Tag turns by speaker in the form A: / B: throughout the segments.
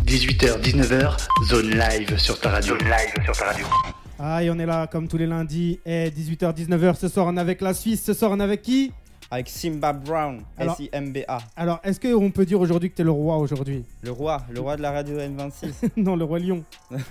A: 18h, 19h, zone live sur ta radio. Zone live sur ta radio.
B: Ah, et on est là comme tous les lundis. 18h, 19h, ce soir on est avec la Suisse. Ce soir on est avec qui?
C: Avec Simba Brown,
B: Alors-
C: S-I-M-B-A.
B: Alors, est-ce qu'on peut dire aujourd'hui que t'es le roi aujourd'hui?
C: Le roi de la radio N26.
B: Non, le roi lion.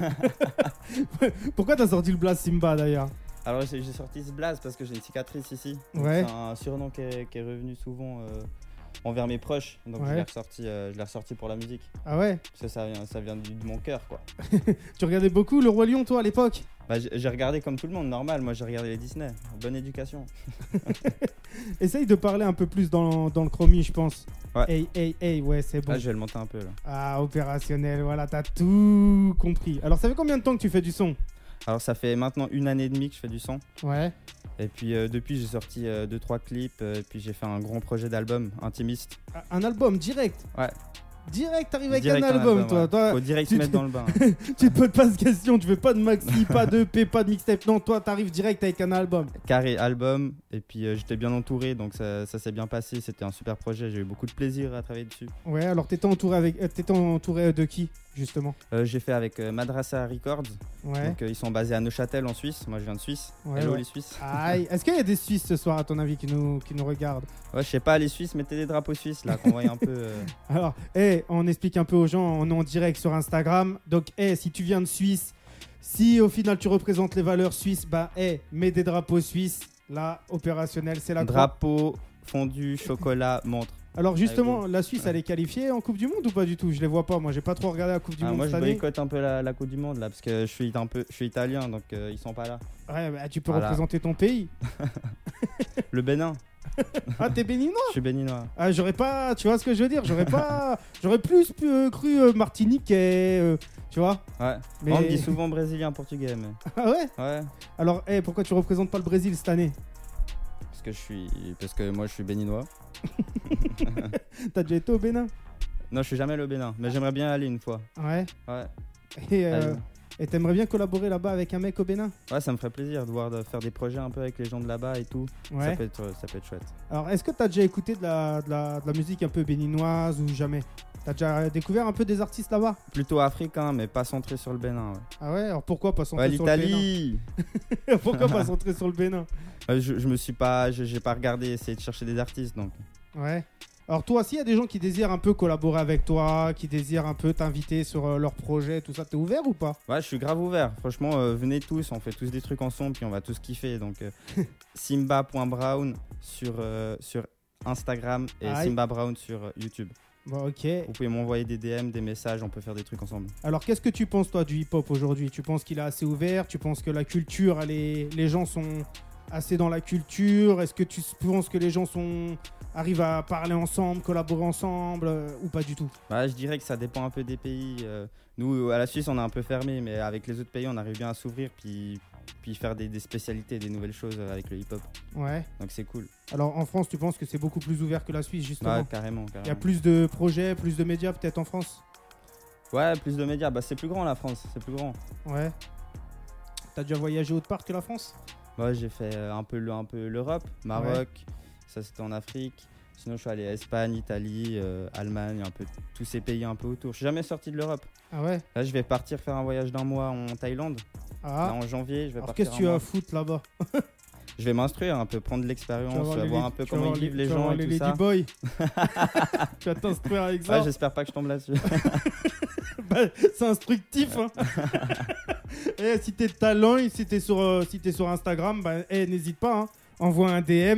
B: Pourquoi t'as sorti le blaze Simba d'ailleurs?
C: Alors j'ai sorti ce blaze parce que j'ai une cicatrice ici. Donc,
B: Ouais.
C: c'est un surnom qui est revenu souvent envers mes proches. Donc
B: Ouais.
C: je l'ai ressorti pour la musique.
B: Ah ouais?
C: Parce que ça vient de mon cœur, quoi.
B: Tu regardais beaucoup le roi lion toi à l'époque?
C: Bah, j'ai regardé comme tout le monde, normal. Moi j'ai regardé les Disney. Bonne éducation.
B: Essaye de parler un peu plus dans le chromie, je pense.
C: Ouais.
B: Hey, ouais, c'est bon.
C: Ah, je vais le monter un peu là.
B: Ah, opérationnel, voilà, t'as tout compris. Alors, ça fait combien de temps que tu fais du son?
C: Alors ça fait maintenant 1 année et demie que je fais du son.
B: Ouais.
C: Et puis depuis j'ai sorti 2-3 clips. Et puis j'ai fait un grand projet d'album intimiste.
B: Un album direct?
C: Ouais.
B: Direct, t'arrives avec
C: Direct
B: un album,
C: ouais.
B: toi.
C: Faut direct
B: tu
C: se mettre
B: te-
C: dans le bain.
B: Tu te poses pas de questions, tu fais pas de maxi, pas de EP, pas de mixtape. Non, toi, t'arrives direct avec un album.
C: Carré album, et puis j'étais bien entouré, donc ça s'est bien passé. C'était un super projet, j'ai eu beaucoup de plaisir à travailler dessus.
B: Ouais, alors t'étais entouré de qui, justement?
C: J'ai fait avec Madrasa Records,
B: Ouais.
C: donc ils sont basés à Neuchâtel en Suisse. Moi je viens de Suisse.
B: Ouais,
C: Hello
B: ouais.
C: les Suisses.
B: Aïe, est-ce qu'il y a des Suisses ce soir, à ton avis, qui nous regardent?
C: Ouais, je sais pas, les Suisses, mettez des drapeaux suisses là, qu'on voit un peu.
B: Alors, on explique un peu aux gens, on est en direct sur Instagram. Donc, si tu viens de Suisse, si au final tu représentes les valeurs suisses, bah, mets des drapeaux suisses. Là, opérationnel, c'est la croix.
C: Drapeau, fondu, chocolat, montre.
B: Alors, justement,
C: Allez,
B: la Suisse, elle est qualifiée en Coupe du Monde ou pas du tout? Je les vois pas, moi, j'ai pas trop regardé la Coupe du Monde
C: Moi
B: cette
C: je
B: année.
C: boycotte un peu la Coupe du Monde là, parce que je suis italien, donc ils sont pas là.
B: Ouais, bah, tu peux
C: Voilà.
B: représenter ton pays.
C: Le Bénin,
B: Ah, t'es béninois?
C: je suis béninois.
B: Ah, j'aurais pas, tu vois ce que je veux dire? J'aurais plus cru Martinique et, tu vois?
C: Ouais.
B: Mais-
C: On me dit souvent brésilien, portugais, mais.
B: Ah ouais?
C: Ouais.
B: Alors, pourquoi tu représentes pas le Brésil cette année?
C: Parce que moi je suis béninois.
B: T'as déjà été au Bénin?
C: Non, je suis jamais allé au Bénin, mais j'aimerais bien aller une fois.
B: Ouais.
C: Ouais.
B: Et
C: Allez.
B: t'aimerais bien collaborer là-bas avec un mec au Bénin?
C: Ouais, ça me ferait plaisir de faire des projets un peu avec les gens de là-bas et tout.
B: Ouais.
C: Ça peut être chouette.
B: Alors, est-ce que t'as déjà écouté de la musique un peu béninoise ou jamais? T'as déjà découvert un peu des artistes là-bas?
C: Plutôt africain, mais pas centré sur le Bénin. Ouais,
B: Ah ouais? Alors pourquoi pas centrer sur le
C: l'Italie.
B: Bénin? Pourquoi pas centrer sur le Bénin?
C: J'ai pas regardé, essayé de chercher des artistes, donc.
B: Ouais. Alors toi, s'il y a des gens qui désirent un peu collaborer avec toi, qui désirent un peu t'inviter sur leur projet, tout ça, t'es ouvert ou pas?
C: Ouais, je suis grave ouvert. Franchement, venez tous, on fait tous des trucs ensemble, puis on va tous kiffer. Donc, simba.brown sur Instagram et
B: Aïe.
C: Simba Brown sur YouTube.
B: Bon, ok.
C: Vous pouvez m'envoyer des DM, des messages, on peut faire des trucs ensemble.
B: Alors qu'est-ce que tu penses toi du hip-hop aujourd'hui? Tu penses qu'il est assez ouvert? Tu penses que la culture, les gens sont assez dans la culture? Est-ce que tu penses que les gens arrivent à parler ensemble, collaborer ensemble ou pas du tout?
C: Bah, je dirais que ça dépend un peu des pays. Nous, à la Suisse, on est un peu fermé, mais avec les autres pays, on arrive bien à s'ouvrir, puis faire des spécialités, des nouvelles choses avec le hip-hop.
B: Ouais.
C: Donc c'est cool.
B: Alors en France, tu penses que c'est beaucoup plus ouvert que la Suisse justement?
C: Ouais, carrément.
B: Il y a plus de projets, plus de médias peut-être en France?
C: Ouais, plus de médias. Bah, c'est plus grand la France, c'est plus grand.
B: Ouais. T'as déjà voyagé autre part que la France?
C: Moi, j'ai fait un peu l'Europe, Maroc, ça c'était en Afrique. Sinon, je suis allé à Espagne, Italie, Allemagne, un peu tous ces pays un peu autour. Je suis jamais sorti de l'Europe.
B: Ah ouais?
C: Là, je vais partir faire un voyage d'1 mois en Thaïlande. Là,
B: Ah.
C: en janvier, je vais
B: Alors
C: partir.
B: qu'est-ce que tu vas foutre là-bas?
C: Je vais m'instruire un peu, prendre de l'expérience, voir un peu comment ils vivent les gens et tout
B: les
C: ça.
B: ladyboys. Tu vas t'instruire avec ça.
C: Ouais, j'espère pas que je tombe là-dessus.
B: Bah, c'est instructif. Hein. Et si t'es de talent, et si t'es sur Instagram, bah, n'hésite pas. Hein. Envoie un DM.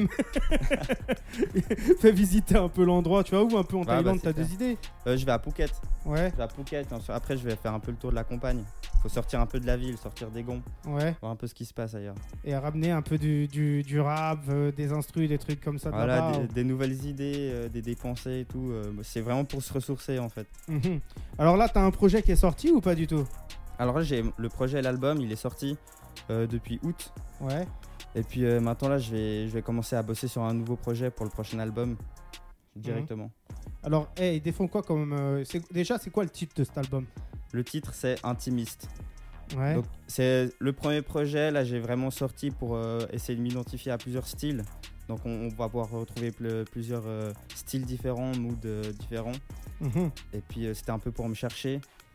B: Fais visiter un peu l'endroit. Tu vas où un peu en Thaïlande?
C: c'est
B: T'as des
C: clair.
B: idées?
C: Je vais à Phuket.
B: Ouais,
C: Je vais à Phuket. Après, je vais faire un peu le tour de la campagne. Faut sortir un peu de la ville, sortir des gonds,
B: ouais.
C: voir un peu ce qui se passe ailleurs.
B: Et ramener un peu du rap, des instrus, des trucs comme ça de
C: Voilà,
B: là-bas.
C: des nouvelles idées, des pensées et tout. C'est vraiment pour se ressourcer en fait.
B: Mhm. Alors là, t'as un projet qui est sorti ou pas du tout?
C: Alors là, j'ai le projet, l'album, il est sorti depuis août.
B: Ouais.
C: Et puis maintenant là, je vais commencer à bosser sur un nouveau projet pour le prochain album directement.
B: Alors, ils défendent quoi comme. Déjà, c'est quoi le titre de cet album?
C: Le titre, c'est Intimiste.
B: Ouais.
C: Donc, c'est le premier projet. Là, j'ai vraiment sorti pour essayer de m'identifier à plusieurs styles. Donc, on va pouvoir retrouver plusieurs styles différents, moods différents.
B: Mhm.
C: Et puis, c'était un peu pour me chercher.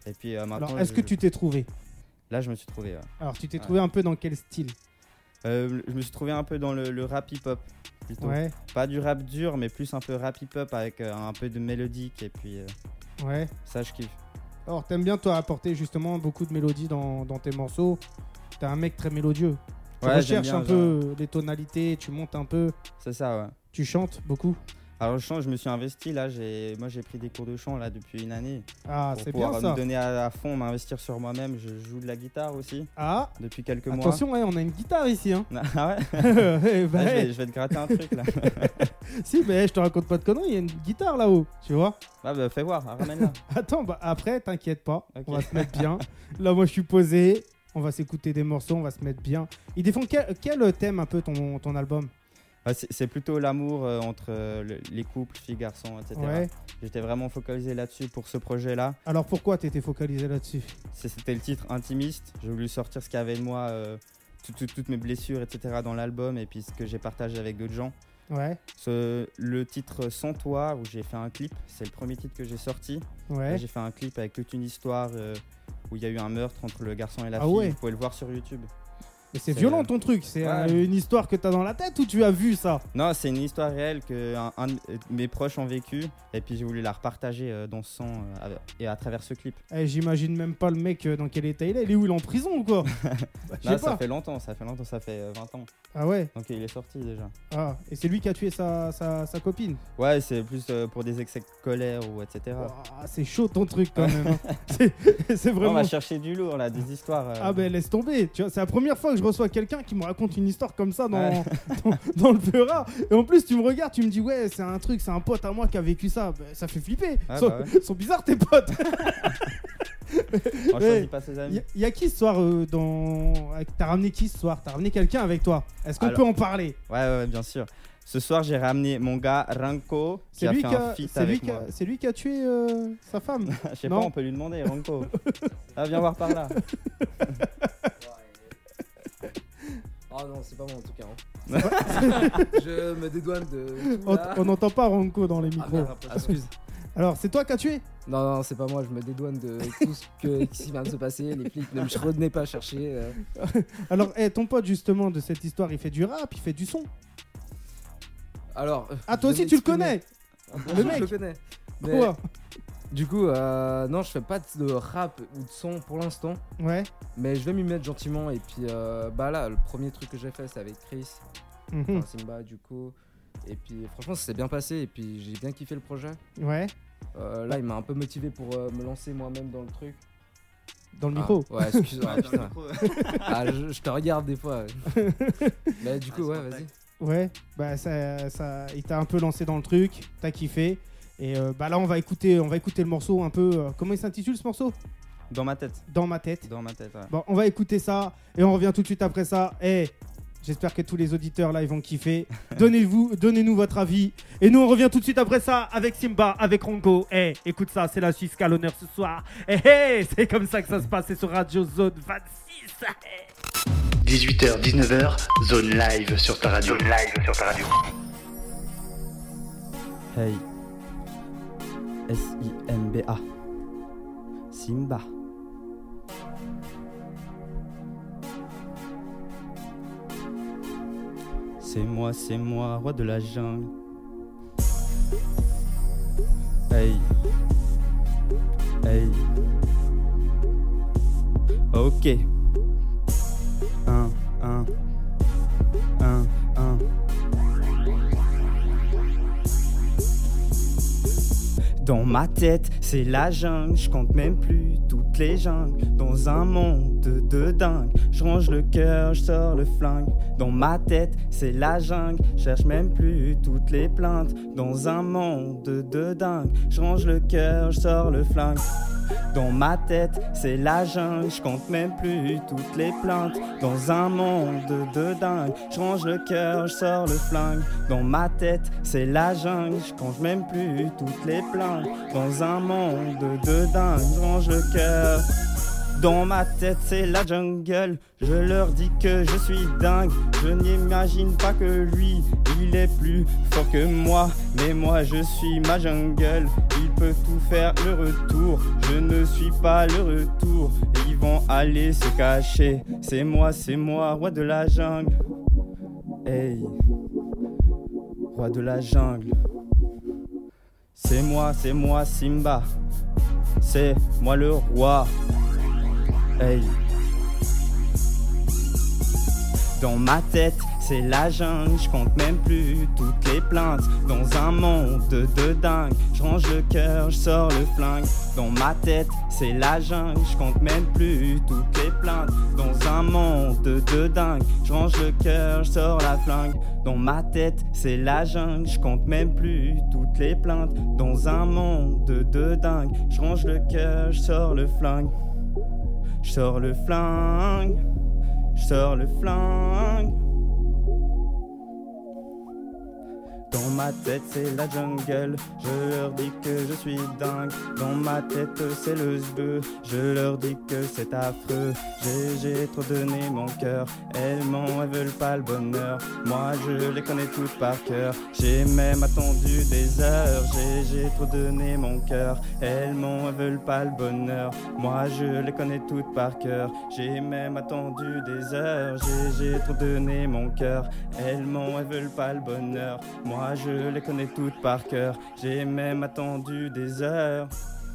C: Et puis maintenant.
B: Alors, est-ce que tu t'es trouvé?
C: Là, je me suis trouvé. Ouais.
B: Alors, tu t'es trouvé un peu dans quel style?
C: Je me suis trouvé un peu dans le rap hip-hop. Plutôt.
B: Ouais.
C: Pas du rap dur, mais plus un peu rap hip-hop avec un peu de mélodique. Et puis,
B: Ouais.
C: ça, je kiffe.
B: Alors, t'aimes bien, toi, apporter justement beaucoup de mélodies dans tes morceaux. T'es un mec très mélodieux. Tu
C: Ouais, j'aime
B: recherches
C: bien,
B: un peu les tonalités, tu montes un peu,
C: C'est ça, ouais.
B: tu chantes beaucoup.
C: Alors, le chant, je me suis investi. Là, moi, j'ai pris des cours de chant là, depuis une année.
B: Ah,
C: Pour
B: c'est bien
C: pouvoir
B: ça.
C: me donner à fond, m'investir sur moi-même. Je joue de la guitare aussi
B: Ah,
C: depuis quelques mois.
B: attention, ouais, on a une guitare ici. Hein.
C: Ah ouais.
B: Eh ben,
C: Là, je vais te gratter un truc là.
B: Si, mais je te raconte pas de conneries, il y a une guitare là-haut, tu vois.
C: Ah bah fais voir, ramène-la.
B: Attends, bah, après, t'inquiète pas,
C: Ok.
B: on va se mettre bien. Là, moi, je suis posé, on va s'écouter des morceaux, on va se mettre bien. Il défend quel thème un peu ton album?
C: Ouais, c'est plutôt l'amour entre les couples, filles, garçons, etc.
B: Ouais.
C: J'étais vraiment focalisé là-dessus pour ce projet-là.
B: Alors pourquoi t'étais focalisé là-dessus?
C: C'était le titre intimiste. J'ai voulu sortir ce qu'il y avait de moi, toutes mes blessures, etc. dans l'album et puis ce que j'ai partagé avec d'autres gens.
B: Ouais,
C: Le titre Sans toi, où j'ai fait un clip, c'est le premier titre que j'ai sorti. Là,
B: ouais.
C: j'ai fait un clip avec toute une histoire où il y a eu un meurtre entre le garçon et la
B: Ah
C: fille.
B: ouais.
C: Vous pouvez le voir sur YouTube.
B: Mais c'est
C: C'est-
B: violent ton truc, c'est
C: Ouais.
B: une histoire que t'as dans la tête ou tu as vu ça?
C: Non, c'est une histoire réelle que un de mes proches ont vécu et puis j'ai voulu la repartager dans ce son et à travers ce clip.
B: Eh, j'imagine même pas le mec dans quel état il est. Il est où? Il est en prison ou quoi? Bah, je
C: Là,
B: sais pas.
C: ça fait longtemps, ça fait 20 ans.
B: Ah ouais.
C: Donc il est sorti déjà.
B: Ah, et c'est lui qui a tué sa copine.
C: Ouais, c'est plus pour des excès de colère ou etc.
B: Ah, c'est chaud ton truc quand même. Hein. C'est
C: On
B: vraiment.
C: va chercher du lourd là, des histoires.
B: Ah ben laisse tomber. Tu vois, c'est la première fois que je reçois quelqu'un qui me raconte une histoire comme ça dans,
C: Ouais.
B: dans le Peura. Et en plus tu me regardes, tu me dis ouais c'est un truc, c'est un pote à moi qui a vécu ça. Ben, ça fait flipper.
C: Ah,
B: Sont,
C: bah ouais.
B: sont bizarres tes potes.
C: On choisit pas ses amis.
B: Il y a qui ce soir T'as ramené qui ce soir? T'as ramené quelqu'un avec toi? Est-ce qu'on
C: Alors-
B: peut en parler?
C: Ouais, bien sûr. Ce soir, j'ai ramené mon gars Ranko qui
B: C'est
C: a
B: lui
C: fait
B: qui
C: un feat avec moi.
B: c'est lui qui a tué sa femme.
C: Je sais
B: Non.
C: pas, on peut lui demander, Ranko. Ah, viens voir par là.
D: Ah non, c'est pas moi en tout cas. Hein. Je me dédouane de tout là.
B: On n'entend pas Ranko dans les
D: Ah,
B: micros.
D: merde, excuse.
B: Alors c'est toi qui as tué?
D: Non, c'est pas moi, je me dédouane de tout ce qui vient de se passer. Les flics, ne me revenez pas chercher.
B: Alors ton pote justement de cette histoire, il fait du rap, il fait du son.
D: Alors.
B: Ah toi
D: je vais
B: aussi tu le
D: m'exprimer.
B: connais? Le mec.
D: Je le connais. Mais,
B: Quoi?
D: du coup, non, je fais pas de rap ou de son pour l'instant.
B: Ouais.
D: Mais je vais m'y mettre gentiment. Et puis, bah là, le premier truc que j'ai fait, c'est avec Chris,
B: Mhm.
D: enfin, Simba, du coup. Et puis, franchement, ça s'est bien passé. Et puis, j'ai bien kiffé le projet.
B: Ouais.
D: Là, il m'a un peu motivé pour me lancer moi-même dans le truc.
B: Dans le micro.
D: Ah, ouais, excuse-moi, putain. Ah, je te regarde des fois. Mais du coup, ouais, vas-y.
B: Ouais. Bah il t'a un peu lancé dans le truc, t'as kiffé. Et bah là on va écouter le morceau un peu. Comment il s'intitule ce morceau?
C: Dans ma tête.
B: Dans ma tête.
C: Dans ma tête, ouais.
B: Bon, on va écouter ça et on revient tout de suite après ça. Et j'espère que tous les auditeurs là ils vont kiffer. Donnez-nous votre avis. Et nous on revient tout de suite après ça avec Simba, avec Rongo. Eh, écoute ça, c'est la Suisse qui a l'honneur ce soir. Eh, c'est comme ça que ça se passe, c'est sur Radio Zone 26.
A: 18h, 19h, zone live sur ta radio. Zone live sur ta radio.
C: Hey. S-I-M-B-A. Simba. C'est moi, roi de la jungle. Hey. Hey. Ok. 1, 1. 1, 1. Dans ma tête, c'est la jungle, je compte même plus toutes les jungles. Dans un monde de dingue, je range le cœur, je sors le flingue. Dans ma tête, c'est la jungle, je cherche même plus toutes les plaintes. Dans un monde de dingue, je range le cœur, je sors le flingue. Dans ma tête, c'est la jungle, je compte même plus toutes les plaintes. Dans un monde de dingue, je range le cœur, je sors le flingue. Dans ma tête, c'est la jungle, je compte même plus toutes les plaintes. Dans un monde de dingue, je range le cœur. Dans ma tête c'est la jungle, je leur dis que je suis dingue. Je n'imagine pas que lui, il est plus fort que moi. Mais moi je suis ma jungle, il peut tout faire le retour. Je ne suis pas le retour, ils vont aller se cacher. C'est moi, roi de la jungle. Hey, roi de la jungle. C'est moi Simba. C'est moi le roi. Hey. Dans ma tête, c'est la jungle, je compte même plus toutes les plaintes. Dans un monde de dingue, je range le cœur, je sors le flingue. Dans ma tête, c'est la jungle, je compte même plus toutes les plaintes. Dans un monde de dingue, je range le cœur, je sors la flingue. Dans ma tête, c'est la jungle, je compte même plus toutes les plaintes. Dans un monde de dingue, je range le cœur, je sors le flingue. Je sors le flingue, je sors le flingue. Dans ma tête c'est la jungle, je leur dis que je suis dingue. Dans ma tête c'est le zbeu, je leur dis que c'est affreux. J'ai trop donné mon cœur, elles veulent pas le bonheur. Moi je les connais toutes par cœur, j'ai même attendu des heures. J'ai trop donné mon cœur, elles veulent pas le bonheur. Moi je les connais toutes par cœur, j'ai même attendu des heures. J'ai trop donné mon cœur, elles veulent pas le bonheur. Moi je les connais toutes par cœur, j'ai même attendu des heures.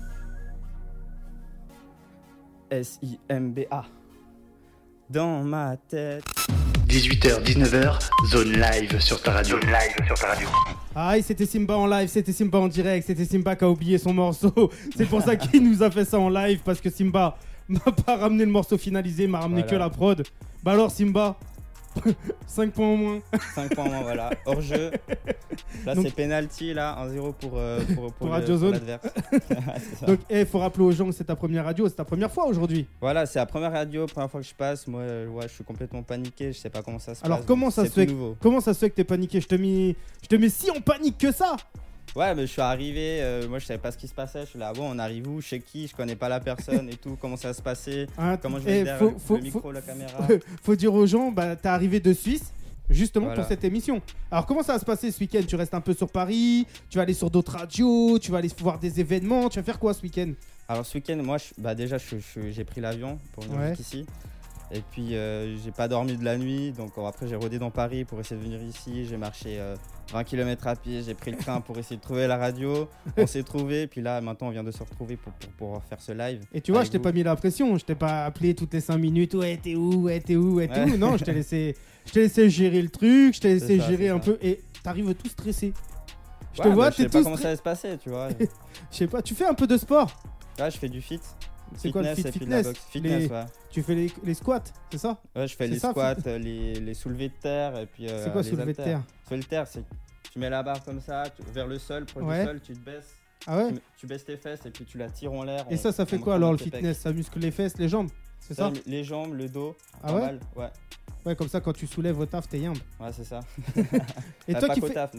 C: SIMBA. Dans ma tête.
A: 18h, 19h, zone live sur ta radio. Zone live sur ta radio.
B: Aïe, c'était Simba en live, c'était Simba en direct, c'était Simba qui a oublié son morceau. C'est pour ça qu'il nous a fait ça en live, parce que Simba m'a pas ramené le morceau finalisé, m'a ramené que la prod. Bah alors Simba, 5 points en moins.
C: 5 points en moins, voilà. Hors jeu. Là, donc, c'est penalty, là, 1-0 pour
B: Radio Zone.
C: l'adverse.
B: Donc, il faut rappeler aux gens que c'est ta première radio, c'est ta première fois aujourd'hui.
C: Voilà, c'est la première radio, première fois que je passe. Moi, je suis complètement paniqué, je sais pas comment ça se passe.
B: Alors, comment ça se fait que t'es paniqué? Je te mets si en panique que ça.
C: Ouais, mais je suis arrivé, moi je savais pas ce qui se passait, je suis là, bon, on arrive où, chez qui, je connais pas la personne et tout, comment ça se passait, comment je vais derrière le micro, la caméra.
B: Faut dire aux gens, bah t'es arrivé de Suisse, justement pour cette émission. Alors comment ça va se passer ce week-end? Tu restes un peu sur Paris, tu vas aller sur d'autres radios, tu vas aller voir des événements, tu vas faire quoi ce week-end?
C: Alors ce week-end, moi, déjà j'ai pris l'avion pour venir jusqu'ici. Et puis j'ai pas dormi de la nuit, donc après j'ai rôdé dans Paris pour essayer de venir ici, j'ai marché 20 km à pied, j'ai pris le train pour essayer de trouver la radio, on s'est trouvé, puis là maintenant on vient de se retrouver pour faire ce live.
B: Et tu vois, je t'ai pas mis la pression, je t'ai pas appelé toutes les 5 minutes, ouais t'es où, tout, non, je t'ai laissé gérer le truc, je t'ai laissé gérer un peu, et t'arrives tout stressé. Je te vois,
C: t'es tout. Je sais pas comment ça va se passer, tu vois.
B: Je sais pas, tu fais un peu de sport?
C: Ouais, je fais du fit.
B: C'est quoi le fitness?
C: Fitness, ouais.
B: Tu fais les squats, c'est ça?
C: Ouais, je fais les squats, les soulevés de terre et puis
B: c'est quoi soulevé de terre?
C: Soulevé de terre, c'est tu mets la barre comme ça, vers le sol, proche du sol, tu te baisses.
B: Ah ouais?
C: Tu baisses tes fesses et puis tu la tires en l'air.
B: Et ça fait quoi alors le fitness? Ça muscle les fesses, les jambes? C'est ça?
C: Les jambes, le dos.
B: Ah ouais?
C: Mal, ouais.
B: Ouais, comme ça quand tu soulèves au taf, t'es yambe.
C: Ouais, c'est ça.
B: Et toi qui fais
C: taf,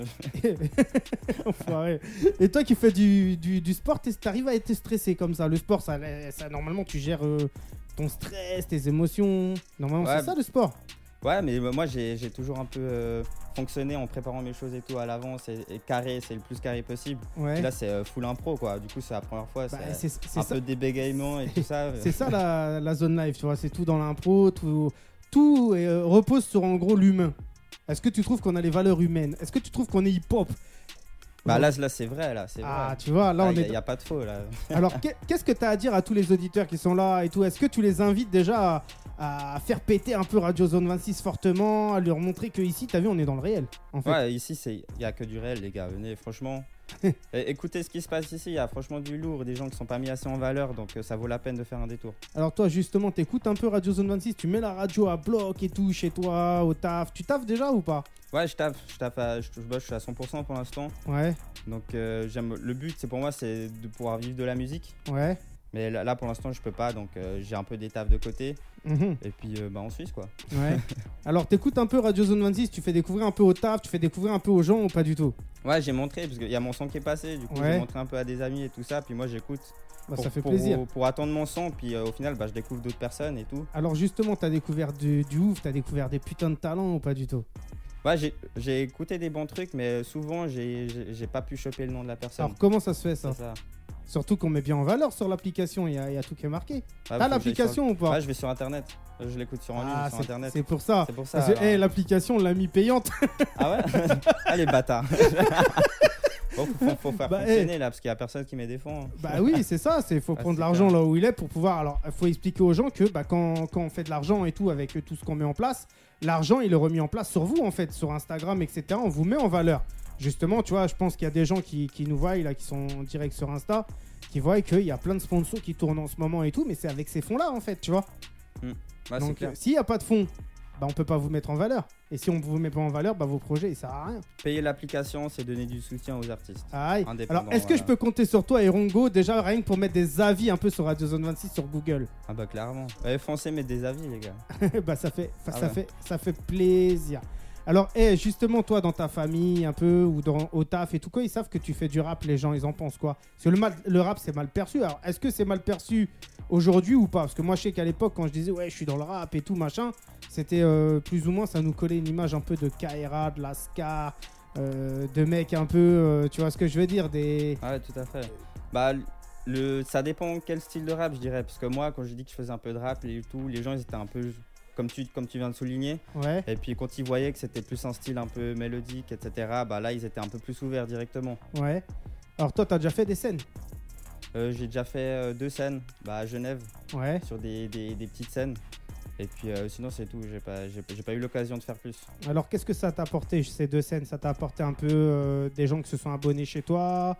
B: Enfoiré. Et toi qui fais du sport, t'arrives à être stressé comme ça. Le sport, ça normalement tu gères ton stress, tes émotions. Normalement, c'est ça le sport.
C: Ouais, mais moi j'ai toujours un peu fonctionné en préparant mes choses et tout à l'avance et carré, c'est le plus carré possible. Ouais. Là c'est full impro quoi. Du coup c'est la première fois, c'est un peu des bégaiements et tout ça.
B: C'est ça la zone live, tu vois. C'est tout dans l'impro, tout repose sur en gros l'humain. Est-ce que tu trouves qu'on a les valeurs humaines? Est-ce que tu trouves qu'on est hip-hop?
C: Bah là c'est vrai,
B: Ah, tu vois, là
C: il n'y a pas de faux là.
B: Alors qu'est-ce que tu as à dire à tous les auditeurs qui sont là et tout? Est-ce que tu les invites déjà à faire péter un peu Radio Zone 26 fortement, à leur montrer que ici, t'as vu, on est dans le réel en fait.
C: Ouais, ici il n'y a que du réel les gars, venez franchement. Écoutez ce qui se passe ici, il y a franchement du lourd, des gens qui sont pas mis assez en valeur, donc ça vaut la peine de faire un détour.
B: Alors toi justement, t'écoutes un peu Radio Zone 26, tu mets la radio à bloc et tout chez toi, au taf, tu taffes déjà ou pas?
C: Ouais, je suis à 100% pour l'instant.
B: Ouais.
C: Donc le but c'est pour moi c'est de pouvoir vivre de la musique.
B: Ouais.
C: Mais là pour l'instant je peux pas, donc j'ai un peu des tafs de côté. Et puis en Suisse quoi.
B: Ouais. Alors t'écoutes un peu Radio Zone 26, tu fais découvrir un peu au taf, tu fais découvrir un peu aux gens ou pas du tout?
C: Ouais, j'ai montré parce qu'il y a mon son qui est passé, du coup j'ai montré un peu à des amis et tout ça, puis moi j'écoute.
B: Bah, ça fait plaisir.
C: Pour attendre mon son, puis au final, bah, je découvre d'autres personnes et tout.
B: Alors justement, t'as découvert du ouf, t'as découvert des putains de talents ou pas du tout?
C: Ouais, j'ai écouté des bons trucs, mais souvent, j'ai pas pu choper le nom de la personne.
B: Alors comment ça se fait ça?
C: C'est ça.
B: Surtout qu'on met bien en valeur sur l'application, il y a tout qui est marqué.
C: Ouais,
B: T'as
C: faut que
B: l'application
C: j'aille
B: ou pas?
C: Ouais, je vais sur internet. Je l'écoute sur en ligne, sur internet.
B: C'est pour ça.
C: C'est pour ça.
B: Parce que l'application, on l'a mis payante.
C: Ah ouais. Ah les bâtards. Bon, faut faire fonctionner là, parce qu'il y a personne qui met des fonds. Hein.
B: Bah oui, c'est ça. Faut prendre de l'argent là où il est pour pouvoir. Alors, il faut expliquer aux gens que quand on fait de l'argent et tout avec tout ce qu'on met en place, l'argent il est remis en place sur vous en fait, sur Instagram, etc. On vous met en valeur. Justement, tu vois, je pense qu'il y a des gens qui nous voient là, qui sont en direct sur Insta, qui voient qu'il y a plein de sponsors qui tournent en ce moment et tout, mais c'est avec ces fonds-là en fait, tu vois.
C: Ouais,
B: donc, s'il n'y a pas de fonds, bah, on peut pas vous mettre en valeur. Et si on vous met pas en valeur, bah, vos projets, ils servent à rien.
C: Payer l'application, c'est donner du soutien aux artistes.
B: Aïe. Alors, est-ce que je peux compter sur toi et Rongo, déjà rien que pour mettre des avis un peu sur Radio Zone 26 sur Google?
C: Ah bah clairement. Foncez, mettre des avis, les gars.
B: Bah ça fait plaisir. Alors, justement, toi, dans ta famille, un peu, ou au taf et tout, quoi, ils savent que tu fais du rap, les gens, ils en pensent quoi? Parce que le rap, c'est mal perçu. Alors, est-ce que c'est mal perçu aujourd'hui ou pas? Parce que moi, je sais qu'à l'époque, quand je disais, ouais, je suis dans le rap et tout, machin, c'était plus ou moins, ça nous collait une image un peu de KRA, de la ska, de mecs un peu, tu vois ce que je veux dire, des...
C: Ah ouais, tout à fait. Bah, ça dépend quel style de rap, je dirais. Parce que moi, quand j'ai dit que je faisais un peu de rap et tout, les gens, ils étaient un peu... Comme tu viens de souligner.
B: Ouais.
C: Et puis quand ils voyaient que c'était plus un style un peu mélodique, etc., bah là, ils étaient un peu plus ouverts directement.
B: Ouais. Alors toi, t'as déjà fait des scènes?
C: J'ai déjà fait 2 scènes à Genève,
B: ouais.
C: Sur des petites scènes. Et puis sinon, c'est tout. J'ai pas eu l'occasion de faire plus.
B: Alors, qu'est-ce que ça t'a apporté, ces 2 scènes? Ça t'a apporté un peu des gens qui se sont abonnés chez toi?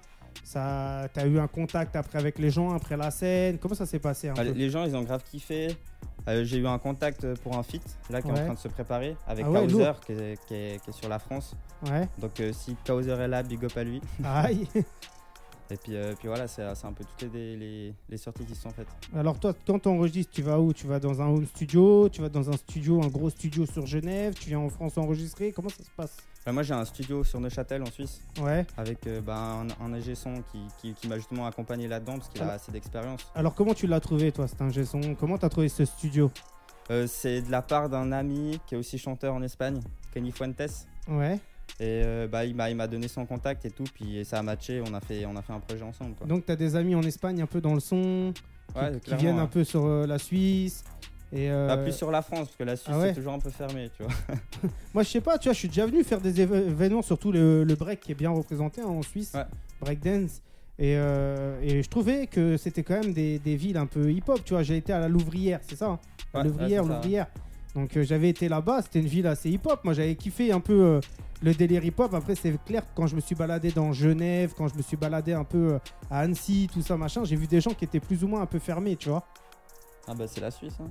B: T'as eu un contact après avec les gens, après la scène? Comment ça s'est passé un peu?
C: Les gens, ils ont grave kiffé. J'ai eu un contact pour un feat là qui est en train de se préparer avec Kaouser qui est sur la France.
B: Ouais.
C: Donc si Kaouser est là, big up à lui.
B: Aïe.
C: Et puis voilà, c'est un peu toutes les sorties qui se sont faites.
B: Alors toi, quand tu enregistres, tu vas où? Tu vas dans un home studio? Tu vas dans un gros studio sur Genève? Tu viens en France enregistrer? Comment ça se passe?
C: Moi j'ai un studio sur Neuchâtel en Suisse.
B: Ouais.
C: Avec un ingé son qui m'a justement accompagné là-dedans parce qu'il a assez d'expérience.
B: Alors comment tu l'as trouvé toi, cet ingé son? Comment t'as trouvé ce studio?
C: C'est de la part d'un ami qui est aussi chanteur en Espagne, Kenny Fuentes.
B: Ouais.
C: Et il m'a donné son contact et tout, puis ça a matché, on a fait un projet ensemble, quoi.
B: Donc t'as des amis en Espagne un peu dans le son, qui viennent un peu sur la Suisse et
C: plus sur la France, parce que la Suisse c'est toujours un peu fermé, tu vois.
B: Moi je sais pas, tu vois, je suis déjà venu faire des événements, surtout le break qui est bien représenté en Suisse, breakdance. Et je trouvais que c'était quand même des villes un peu hip-hop, tu vois. J'ai été à la Louvrière, c'est ça, hein, Louvrière. Donc j'avais été là-bas, c'était une ville assez hip-hop. Moi j'avais kiffé un peu le délire hip-hop. Après c'est clair que quand je me suis baladé dans Genève, quand je me suis baladé un peu à Annecy, tout ça machin, j'ai vu des gens qui étaient plus ou moins un peu fermés, tu vois.
C: Ah bah c'est la Suisse, hein.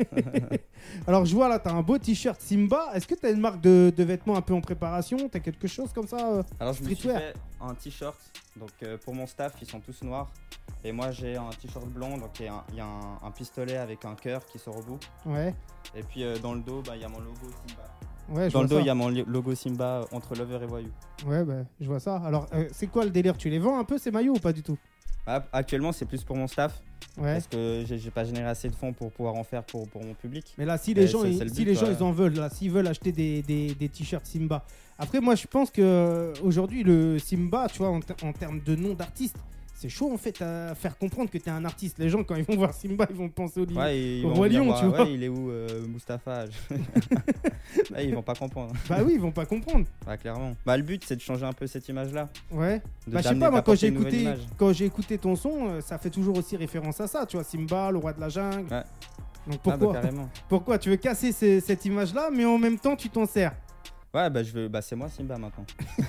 B: Alors je vois là, t'as un beau t-shirt Simba. Est-ce que t'as une marque de vêtements un peu en préparation? T'as quelque chose comme ça?
C: Alors je me suis fait un t-shirt. Donc pour mon staff, ils sont tous noirs. Et moi j'ai un t-shirt blanc, donc il y a un pistolet avec un cœur qui sort au bout.
B: Ouais.
C: Et puis dans le dos, il y a mon logo Simba.
B: Ouais,
C: dans le dos, il y a mon logo Simba entre lover et voyou.
B: Ouais, bah je vois ça. Alors c'est quoi le délire? Tu les vends un peu ces maillots ou pas du tout?
C: Actuellement, c'est plus pour mon staff.
B: Ouais.
C: Parce que j'ai pas généré assez de fonds pour pouvoir en faire pour mon public.
B: Mais là, si les gens, ils en veulent, là, s'ils veulent acheter des t-shirts Simba. Après, moi, je pense que aujourd'hui, le Simba, tu vois, en termes de nom d'artiste, c'est chaud en fait à faire comprendre que t'es un artiste. Les gens, quand ils vont voir Simba, ils vont penser au Roi Lion, tu vois.
C: Ouais, il est où Mustapha? Là, ils vont pas comprendre.
B: Bah oui, ils vont pas comprendre.
C: Bah clairement. Bah le but, c'est de changer un peu cette image-là.
B: Ouais. Bah je sais pas, moi quand j'ai écouté ton son, ça fait toujours aussi référence à ça, tu vois, Simba, le roi de la jungle. Ouais. Donc pourquoi tu veux casser cette image-là, mais en même temps tu t'en sers?
C: Ouais, bah c'est moi Simba maintenant.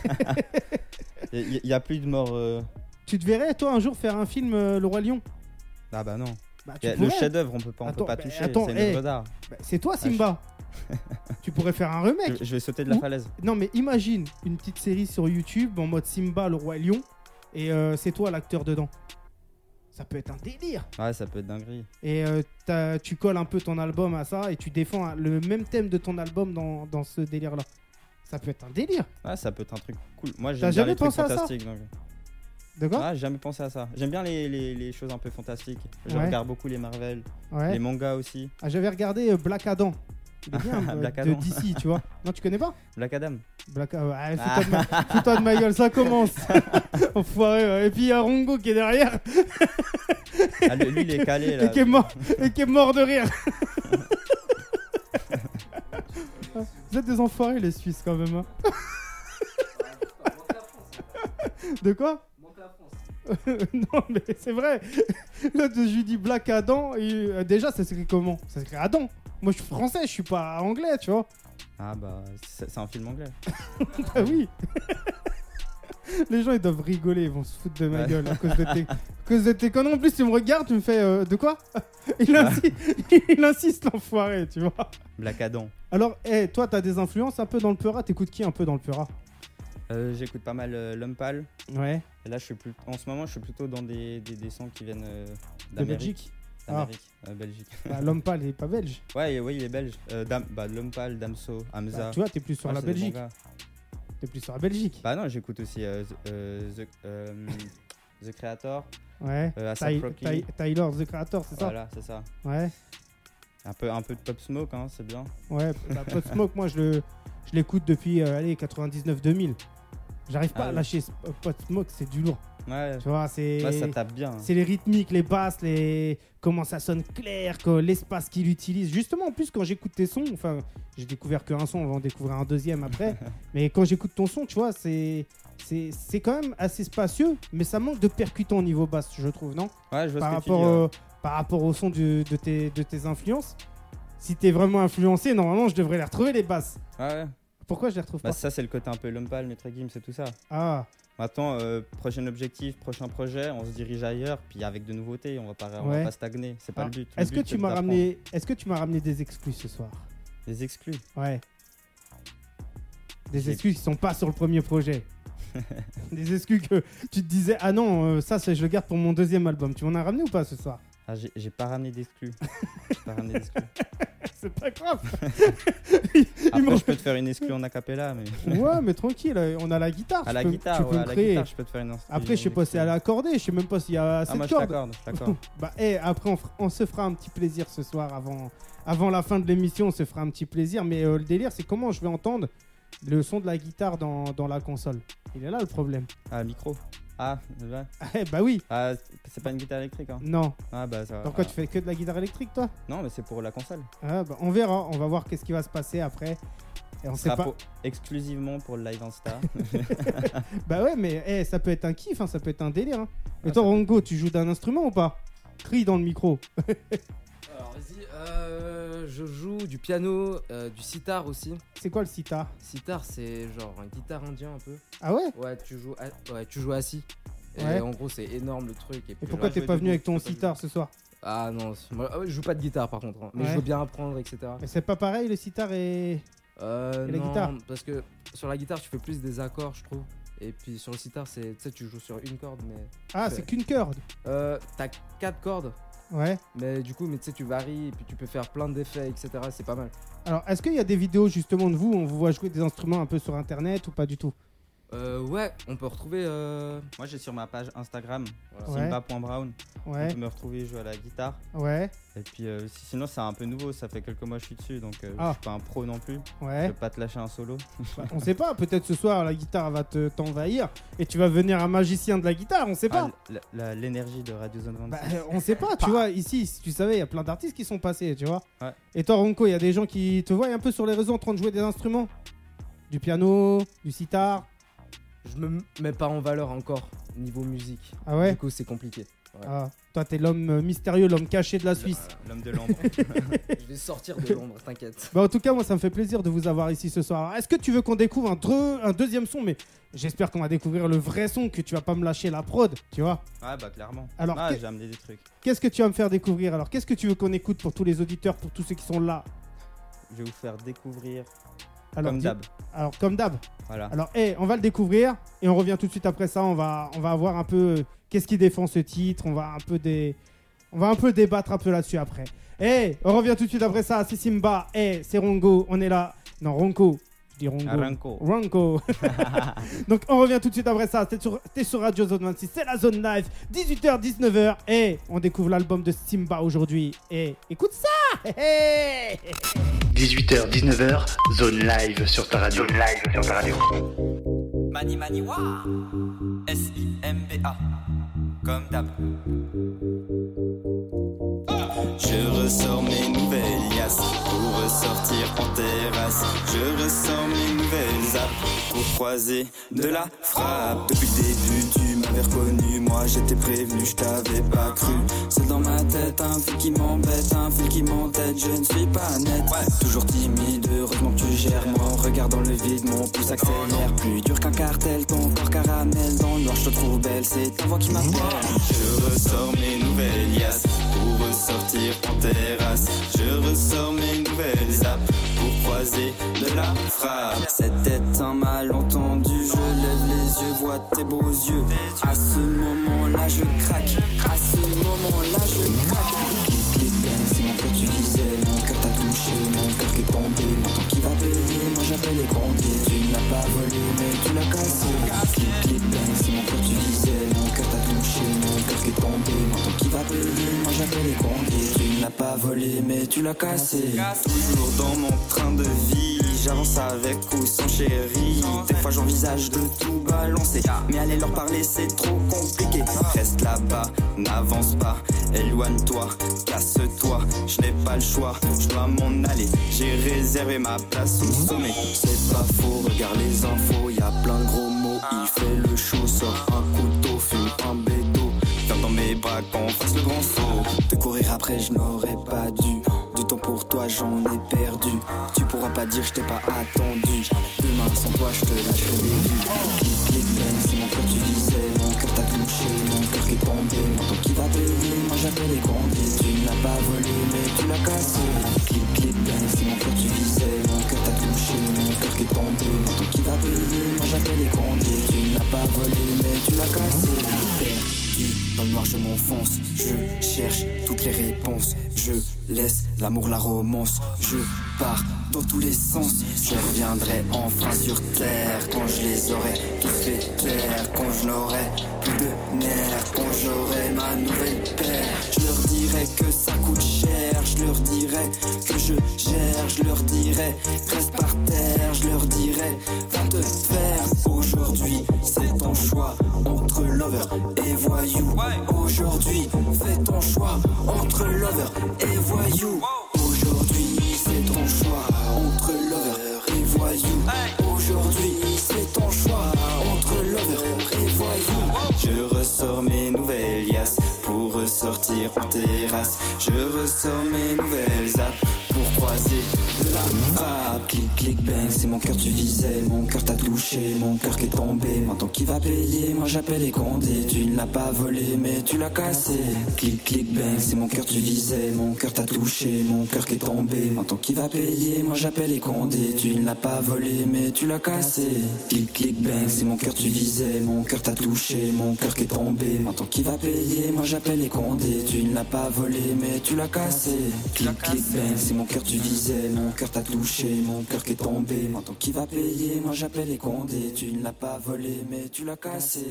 C: Il y a plus de mort.
B: Tu te verrais toi un jour faire un film Le Roi Lion?
C: Ah bah non. Le chef-d'œuvre, on peut pas toucher. C'est une œuvre d'art.
B: C'est toi Simba. Tu pourrais faire un remake.
C: Je vais sauter de la falaise.
B: Non mais imagine une petite série sur YouTube en mode Simba le Roi Lion et c'est toi l'acteur dedans. Ça peut être un délire.
C: Ouais, ça peut être dinguerie.
B: Et tu colles un peu ton album à ça et tu défends le même thème de ton album dans ce délire là. Ça peut être un délire.
C: Ouais, ça peut être un truc cool. Moi j'aime bien les trucs fantastiques. Donc...
B: De quoi?
C: Ah, j'ai jamais pensé à ça. J'aime bien les choses un peu fantastiques. Je
B: Ouais.
C: regarde beaucoup les Marvel,
B: Ouais.
C: les mangas aussi.
B: Ah, j'avais regardé Black Adam. Il est bien,
C: Black
B: de
C: Adam.
B: DC, tu vois. Non, tu connais pas?
C: Black Adam.
B: Ouais, fous-toi de ma gueule, ça commence. Enfoiré, ouais. Et puis il y a Rongo qui est derrière
C: Ah, lui, il est calé là.
B: et qui est mort de rire. Vous êtes des enfoirés les Suisses quand même. Hein. De quoi? Non mais c'est vrai. Là je lui dis Black Adam et déjà ça s'écrit comment? Ça s'écrit Adam. Moi je suis français, je suis pas anglais, tu vois.
C: Ah bah, c'est un film anglais.
B: Bah oui. Les gens ils doivent rigoler, ils vont se foutre de ma
C: Ouais.
B: gueule à cause de tes conneries. En plus tu me regardes, tu me fais de quoi? Il insiste l'enfoiré, tu vois.
C: Black Adam.
B: Alors, toi t'as des influences un peu dans le Peura, t'écoutes qui un peu dans le Peura?
C: J'écoute pas mal Lumpal.
B: Ouais.
C: Et là, en ce moment, je suis plutôt dans des sons qui viennent
B: De
C: d'Amérique.
B: Belgique?
C: D'Amérique, Belgique.
B: Bah, l'homme pâle il est pas belge.
C: Ouais, il est belge. Lumpal, Damso, Hamza.
B: Bah, tu vois, t'es plus sur
C: Ouais,
B: la
C: c'est des
B: Belgique.
C: bons gars.
B: T'es plus sur la Belgique.
C: Bah non, j'écoute aussi The Creator,
B: Ouais.
C: A$AP Rocky.
B: Tyler, The Creator, c'est ça?
C: Voilà, c'est ça.
B: Ouais.
C: Un peu de Pop Smoke, hein, c'est bien.
B: Ouais. Bah, Pop Smoke, moi je l'écoute depuis 99-2000. J'arrive pas
C: Ah
B: à
C: oui.
B: lâcher Pop Smoke, c'est du lourd.
C: Ouais,
B: Tu vois, c'est.
C: ouais, ça tape bien.
B: C'est les rythmiques, les basses, comment ça sonne clair, l'espace qu'il utilise. Justement, en plus, quand j'écoute tes sons, enfin, j'ai découvert qu'un son, on va en découvrir un deuxième après. Mais quand j'écoute ton son, tu vois, c'est quand même assez spacieux, mais ça manque de percutant au niveau basse, je trouve, non?
C: Ouais, je vois
B: Par
C: ce que tu dis.
B: par rapport au son de tes influences. Si t'es vraiment influencé, normalement, je devrais les retrouver, les basses.
C: Ouais.
B: Pourquoi je les retrouve
C: Bah,
B: pas?
C: ça, c'est le côté un peu Lumpal, Maître Gims et tout ça.
B: Ah,
C: Maintenant, prochain objectif, prochain projet, on se dirige ailleurs, puis avec de nouveautés, on va
B: Ouais.
C: pas stagner. C'est pas
B: Ah.
C: le but.
B: Est-ce que tu m'as ramené des exclus ce soir?
C: Des exclus.
B: Ouais. Des
C: J'ai-
B: exclus qui sont pas sur le premier projet. Des exclus que tu te disais, ah non, je le garde pour mon deuxième album. Tu m'en as ramené ou pas ce soir?
C: Ah, j'ai pas ramené d'exclus. J'ai pas ramené d'exclus.
B: C'est pas grave.
C: Après, je peux te faire une exclue en acapella, mais.
B: Ouais, mais tranquille, on a la guitare.
C: À la
B: tu
C: guitare,
B: peux
C: ouais,
B: me
C: à la
B: créer.
C: guitare, je peux te faire une instru.
B: Après, je sais pas si elle est accordée, je sais même pas s'il y a assez
C: Ah, moi,
B: de
C: je
B: cordes.
C: t'accorde.
B: Bah, après, on se fera un petit plaisir ce soir avant la fin de l'émission. On se fera un petit plaisir. Mais le délire, c'est comment je vais entendre le son de la guitare dans la console. Il est là le problème.
C: Ah, micro. Ah, ouais.
B: Bah oui.
C: Ah, c'est pas une guitare électrique, hein.
B: Non.
C: Ah, bah ça va.
B: Pourquoi
C: Ah.
B: tu fais que de la guitare électrique, toi?
C: Non, mais c'est pour la console.
B: Ah, bah, on verra. On va voir qu'est-ce qui va se passer après. Et on
C: Ce
B: sait
C: sera
B: pas.
C: exclusivement pour le live Insta.
B: Bah ouais, mais ça peut être un kiff, hein, ça peut être un délire. Hein. Et
C: Ah,
B: toi,
C: ça peut-
B: Rongo, tu joues d'un instrument ou pas? Crie dans le micro.
D: Alors vas-y, je joue du piano, du sitar aussi.
B: C'est quoi le sitar?
D: Sitar, c'est genre un guitare indien un peu.
B: Ah ouais?
D: Ouais, tu joues assis. Et
B: Ouais.
D: en gros, c'est énorme le truc. Et,
B: Et
D: puis,
B: pourquoi
D: genre,
B: t'es
D: jouer
B: pas venu
D: debout,
B: avec ton
D: je peux pas
B: sitar ce soir?
D: jouer. Ah non, moi, je joue pas de guitare par contre, hein. Mais
B: Ouais.
D: je veux bien apprendre, etc.
B: Mais c'est pas pareil le sitar et la
D: non,
B: guitare
D: parce que sur la guitare, tu fais plus des accords, je trouve. Et puis sur le sitar, tu sais, tu joues sur une corde, mais
B: Ah,
D: Ouais.
B: c'est qu'une corde.
D: t'as 4 cordes.
B: Ouais.
D: Mais du coup, tu sais, tu varies et puis tu peux faire plein d'effets, etc. C'est pas mal.
B: Alors, est-ce qu'il y a des vidéos justement de vous où on vous voit jouer des instruments un peu sur internet ou pas du tout?
D: Ouais, on peut retrouver.
C: Moi, j'ai sur ma page Instagram,
B: Ouais.
C: simba.brown. On
B: Ouais,
C: peut me retrouver jouer à la guitare.
B: ouais,
C: Et puis, sinon, c'est un peu nouveau. Ça fait quelques mois que je suis dessus, donc je
B: Ah.
C: suis pas un pro non plus. Je
B: ouais.
C: peux pas te lâcher un solo.
B: Bah, on sait pas, peut-être ce soir la guitare va t'envahir et tu vas devenir un magicien de la guitare, on sait pas.
C: Ah, l'énergie de Radio Zone 26.
B: Bah, on sait pas, tu vois, ici, si tu savais, il y a plein d'artistes qui sont passés, tu vois.
C: Ouais.
B: Et toi, Ronco, il y a des gens qui te voient un peu sur les réseaux en train de jouer des instruments? Du piano, du sitar.
D: Je me mets pas en valeur encore niveau musique.
B: Ah ouais?
D: Du coup, c'est compliqué. Ouais.
B: Ah, toi, t'es l'homme mystérieux, l'homme caché de la Suisse.
C: L'homme de l'ombre.
D: Je vais sortir de l'ombre, t'inquiète.
B: Bah, en tout cas, moi, ça me fait plaisir de vous avoir ici ce soir. Alors, est-ce que tu veux qu'on découvre un deuxième son? Mais j'espère qu'on va découvrir le vrai son, que tu vas pas me lâcher la prod, tu vois.
C: Ouais, bah clairement.
B: Alors,
C: Ah, j'ai amené des trucs.
B: Qu'est-ce que tu vas me faire découvrir? Alors, qu'est-ce que tu veux qu'on écoute pour tous les auditeurs, pour tous ceux qui sont là?
C: Je vais vous faire découvrir
B: Alors,
C: comme
B: dis-
C: d'hab.
B: Alors, comme d'hab.
C: Voilà.
B: Alors, on va le découvrir et on revient tout de suite après ça. On va voir un peu qu'est-ce qui défend ce titre. On va un peu débattre un peu là-dessus après. On revient tout de suite après ça. C'est Simba. C'est Rongo. On est là. Non, Ronco. Je dis Rongo.
C: Ranko.
B: Rongo. Donc on revient tout de suite après ça. T'es sur Radio Zone 26, c'est la zone live. 18h, 19h. Et on découvre l'album de Simba aujourd'hui. Et écoute ça.
A: 18h, 19h, zone live sur ta radio. Zone live sur ta radio.
C: Mani Mani Wa. S-I-M-B-A. Comme d'hab. Je ressors mes nouvelles liasses pour ressortir en terrasse. Je ressors mes nouvelles zappes pour croiser de la frappe. Depuis le début tu m'avais reconnu, moi j'étais prévenu, je t'avais pas cru. C'est dans ma tête un fil qui m'embête, un fil qui m'entête, je ne suis pas net. Toujours timide, heureusement que tu gères. Moi en regardant le vide, mon pouce accélère. Plus dur qu'un cartel, ton corps caramel. Dans le noir je te trouve belle, c'est ta voix qui m'appelle. Je ressors mes nouvelles liasses pour ressortir en terrasse. Je ressors mes nouvelles zappes pour croiser de la frappe. Cette tête un malentendu, je lève les yeux, vois tes beaux yeux. À ce moment-là je craque, à ce moment-là je craque. Clic, bang, c'est mon cœur tu disais, mon cœur t'a touché, mon cœur qui est tombé. Mon temps qui va payer, moi j'appelle les grandiers. Tu ne l'as pas volé mais tu l'as cassé. Clic, bang, c'est mon cœur tu disais, mon cœur t'a touché, mon cœur qui est tombé. Mon temps qui va payer, moi j'appelle les grandiers. Tu ne l'as pas volé mais tu l'as cassé. Toujours dans mon train de vie, j'avance avec ou sans chérie. Des fois j'envisage de tout balancer, mais aller leur parler c'est trop compliqué. Reste là-bas, n'avance pas, éloigne-toi, casse-toi. Je n'ai pas le choix, je dois m'en aller. J'ai réservé ma place au sommet. C'est pas faux, regarde les infos, y a plein de gros mots. Il fait le chaud, sort un couteau, fume un bédo. Viens dans mes bras qu'on fasse le grand saut. Te courir après je n'aurais pas dû. Du temps pour toi j'en ai perdu. Tu pourras pas dire je t'ai pas attendu. Demain sans toi je te lâcherai des vues. Clic, bang, c'est mon cœur tu disais. Mon cœur t'a touché, mon cœur qui est tombé. Mon temps qui va payer, moi j'appelle les grandiers. Tu ne l'as pas volé mais tu l'as cassé. Clic, bang, c'est mon cœur tu disais. Mon cœur t'a touché, mon cœur qui est tombé. Mon temps qui va payer, moi j'appelle les grandiers. Tu ne l'as pas volé mais tu l'as cassé. Dans le noir je m'enfonce, je cherche toutes les réponses. Je laisse l'amour, la romance. Je pars dans tous les sens. Je reviendrai enfin sur terre quand je les aurai tous fait taire. Quand je n'aurai plus de nerfs, quand j'aurai ma nouvelle paire. Je leur dirai que ça coûte cher. Je leur dirai que je gère. Je leur dirai reste par terre. Je leur dirai va te faire. Aujourd'hui c'est ton choix entre lover et voyou. Aujourd'hui fais ton choix entre lover et voyou. Aujourd'hui c'est ton choix entre lover et voyou. Aujourd'hui c'est ton choix entre lover et voyou. Je ressors mes nouvelles liasses pour ressortir en terrasse. Je ressors mes nouvelles zappes pour croiser de la frappe. Clic, bang, c'est mon cœur tu visais. Mon cœur t'a touché, mon cœur qui est tombé. Maintenant qui va payer, moi j'appelle les grandiers. Tu ne l'as pas volé mais tu l'as cassé. Clic, bang, c'est mon cœur tu visais. Mon cœur t'a touché, mon cœur qui est tombé. Maintenant qui va payer, moi j'appelle les grandiers. Tu ne l'as pas volé mais tu l'as cassé. Clic, bang, c'est mon cœur tu visais. Mon cœur t'a touché, mon cœur qui est tombé. Maintenant qui va payer, moi j'appelle les grandiers. Tu ne l'as pas volé mais tu l'as cassé. Clic, bang, c'est mon cœur tu visais. Mon cœur t'a touché, mon cœur qui est tombé. Maintenant qui va payer, moi j'appelle les grandiers. Tu ne l'as pas volé mais tu l'as cassé.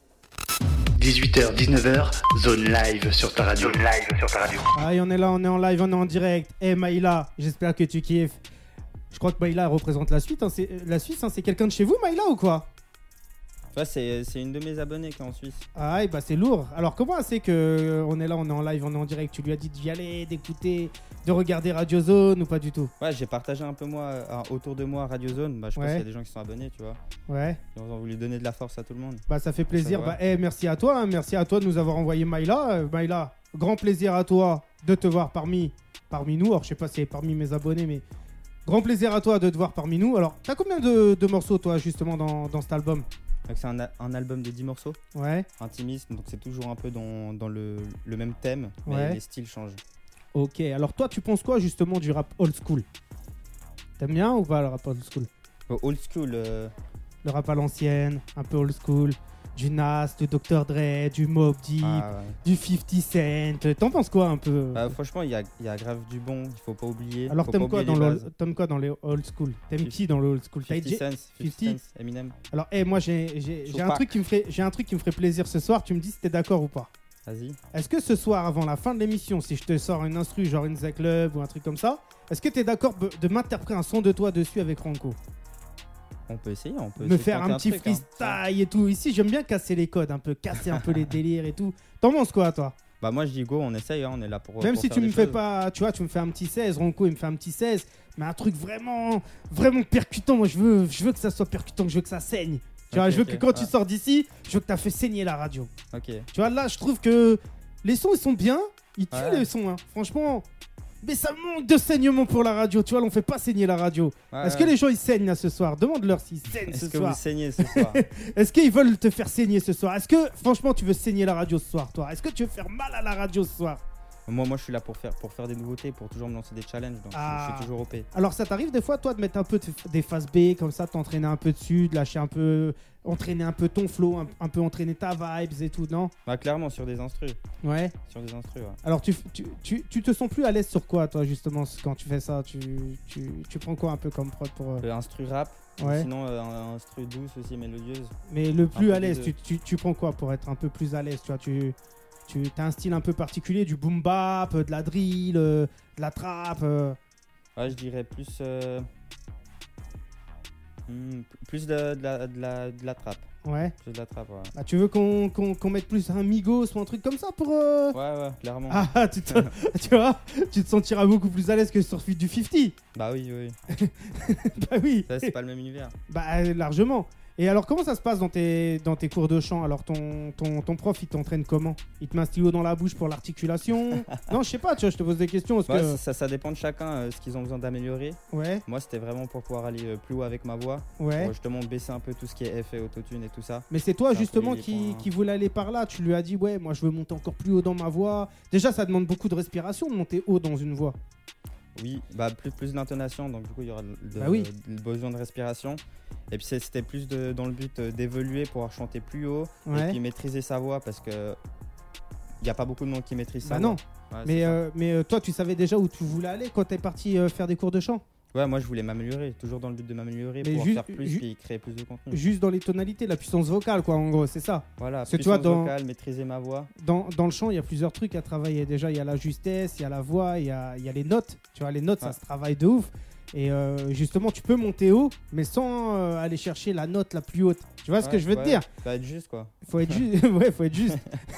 A: 18h, 19h, zone live sur ta radio. Zone live sur ta radio.
B: Ah, et on est là, on est en live, on est en direct. Maïla, j'espère que tu kiffes. Je crois que Maïla représente la Suisse. La Suisse, c'est quelqu'un de chez vous, Maïla, ou quoi?
C: Ouais, c'est une de mes abonnés qui est en Suisse.
B: Ah, et bah c'est lourd. Alors, comment elle sait qu'on est là, on est en live, on est en direct? Tu lui as dit d'y aller, d'écouter, de regarder Radio Zone ou pas du tout?
C: Ouais, j'ai partagé un peu autour de moi Radio Zone. Bah, je pense qu'il y a des gens qui sont abonnés, tu vois.
B: Ouais.
C: Ils ont voulu donner de la force à tout le monde.
B: Bah, ça fait plaisir. Bah, merci à toi. Merci à toi de nous avoir envoyé Maïla. Maïla, grand plaisir à toi de te voir parmi nous. Alors, je sais pas si c'est parmi mes abonnés, mais grand plaisir à toi de te voir parmi nous. Alors, t'as combien de morceaux, toi, justement, dans cet album?
C: C'est un album de 10 morceaux.
B: Ouais.
C: Intimiste, donc c'est toujours un peu dans le même thème, mais
B: ouais.
C: Les styles changent.
B: Ok, alors toi, tu penses quoi justement du rap old school? T'aimes bien ou pas le rap old school?
C: Old school.
B: Le rap à l'ancienne, un peu old school. du Nas, du Dr. Dre, du Mobb Deep, du 50 Cent. T'en penses quoi un peu?
C: Franchement, il y a grave du bon, il faut pas oublier.
B: Alors t'aimes quoi dans les old school? T'aimes qui dans le old school?
C: 50 Cent, Eminem.
B: Alors moi j'ai un truc qui me ferait plaisir ce soir, tu me dis si t'es d'accord ou pas.
C: Vas-y.
B: Est-ce que ce soir, avant la fin de l'émission, si je te sors une instru genre une The Club ou un truc comme ça, est-ce que t'es d'accord de m'interpréter un son de toi dessus avec Franco?
C: On peut essayer,
B: me faire un petit freestyle et tout. Ici, j'aime bien casser les codes, casser un peu les délires et tout. T'en penses quoi, toi?
C: Bah moi je dis go, on essaye, on est là pour.
B: Même
C: pour
B: si
C: faire
B: tu me
C: des
B: fais
C: choses.
B: pas, tu vois, tu me fais un petit 16, Ronco il me fait un petit 16, mais un truc vraiment, vraiment percutant. Moi je veux que ça soit percutant, je veux que ça saigne. Tu vois, je veux que quand tu sors d'ici, je veux que t'as fait saigner la radio.
C: Ok.
B: Tu vois, là je trouve que les sons ils sont bien, ils tuent les sons, hein. Franchement. Mais ça manque de saignement pour la radio, tu vois, on fait pas saigner la radio. Est-ce que les gens ils saignent là ce soir? Demande-leur s'ils saignent ce soir.
C: Est-ce que vous saignez ce soir?
B: Est-ce qu'ils veulent te faire saigner ce soir? Est-ce que franchement tu veux saigner la radio ce soir, toi? Est-ce que tu veux faire mal à la radio ce soir?
C: Moi je suis là pour faire des nouveautés, pour toujours me lancer des challenges, donc je suis toujours OP.
B: Alors ça t'arrive des fois toi de mettre un peu des phases B comme ça, t'entraîner un peu dessus, de lâcher un peu, entraîner un peu ton flow, un peu entraîner ta vibes et tout, non?
C: Bah clairement sur des instrus.
B: Ouais.
C: Sur des instrus, ouais.
B: Alors tu te sens plus à l'aise sur quoi toi justement quand tu fais ça? Tu prends quoi un peu comme prod pour...
C: Instru rap,
B: ouais.
C: Sinon un instru douce aussi, mélodieuse.
B: Mais le plus à l'aise, tu prends quoi pour être un peu plus à l'aise? Tu vois, tu as un style un peu particulier, du boom bap, de la drill, de la trap.
C: Ouais, je dirais plus de la trap.
B: Ouais.
C: Plus de la trap, ouais.
B: Bah, tu veux qu'on mette plus un Migos ou un truc comme ça pour...
C: Ouais, clairement.
B: Ah, tu vois, tu te sentiras beaucoup plus à l'aise que sur du 50.
C: Bah oui.
B: Bah oui.
C: Ça, c'est pas le même univers.
B: Bah largement. Et alors comment ça se passe dans tes cours de chant? Alors ton prof il t'entraîne comment? Il te met un stylo dans la bouche pour l'articulation? Non, je sais pas, tu vois, je te pose des questions.
C: Que... ça dépend de chacun, ce qu'ils ont besoin d'améliorer.
B: Ouais.
C: Moi c'était vraiment pour pouvoir aller plus haut avec ma voix.
B: Ouais.
C: Pour justement baisser un peu tout ce qui est effet, autotune et tout ça.
B: Mais c'est toi justement qui voulait aller par là. Tu lui as dit ouais, moi je veux monter encore plus haut dans ma voix. Déjà ça demande beaucoup de respiration de monter haut dans une voix.
C: Oui, bah plus d'intonation, donc du coup il y aura besoin de respiration. Et puis c'était plus dans le but d'évoluer, pouvoir chanter plus haut et puis maîtriser sa voix parce que il n'y a pas beaucoup de monde qui maîtrise sa voix. Ouais,
B: mais toi tu savais déjà où tu voulais aller quand t'es parti faire des cours de chant?
C: Ouais, moi je voulais m'améliorer, toujours dans le but de m'améliorer, pouvoir faire plus puis créer plus de contenu.
B: Juste dans les tonalités, la puissance vocale quoi, en gros, c'est ça.
C: Voilà, puissance vocale, maîtriser ma voix.
B: Dans le chant, il y a plusieurs trucs à travailler. Déjà, il y a la justesse, il y a la voix, il y a les notes. Tu vois, les notes, ça se travaille de ouf. Et justement, tu peux monter haut, mais sans aller chercher la note la plus haute. Tu vois ce que je veux te dire?
C: Faut être juste quoi.
B: Faut être juste. Ouais, faut être juste.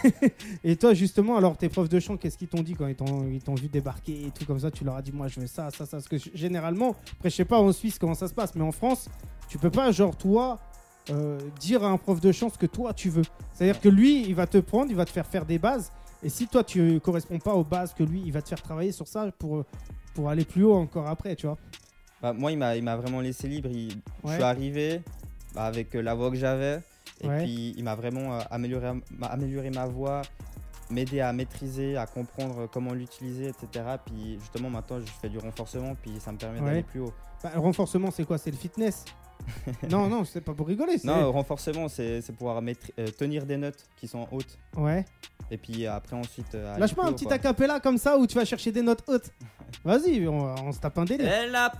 B: Et toi, justement, alors tes profs de chant, qu'est-ce qu'ils t'ont dit quand ils t'ont vu débarquer et tout comme ça? Tu leur as dit, moi, je veux ça. Parce que généralement, après, je sais pas en Suisse comment ça se passe, mais en France, tu peux pas, genre, toi, dire à un prof de chant ce que toi tu veux. C'est-à-dire que lui, il va te prendre, il va te faire des bases. Et si toi, tu corresponds pas aux bases que lui, il va te faire travailler sur ça pour aller plus haut encore après, tu vois.
C: Bah, moi, il m'a vraiment laissé libre. Je suis arrivé avec la voix que j'avais. Et puis, il m'a vraiment amélioré ma voix, m'aider à maîtriser, à comprendre comment l'utiliser, etc. Puis, justement, maintenant, je fais du renforcement. Puis, ça me permet d'aller plus haut.
B: Bah, le renforcement, c'est quoi? C'est le fitness? Non, c'est pas pour rigoler.
C: Non, le renforcement, c'est pouvoir tenir des notes qui sont hautes.
B: Ouais.
C: Et puis après, ensuite.
B: Lâche-moi un petit acapella comme ça où tu vas chercher des notes hautes. Vas-y, on se tape un délire.
C: Elle a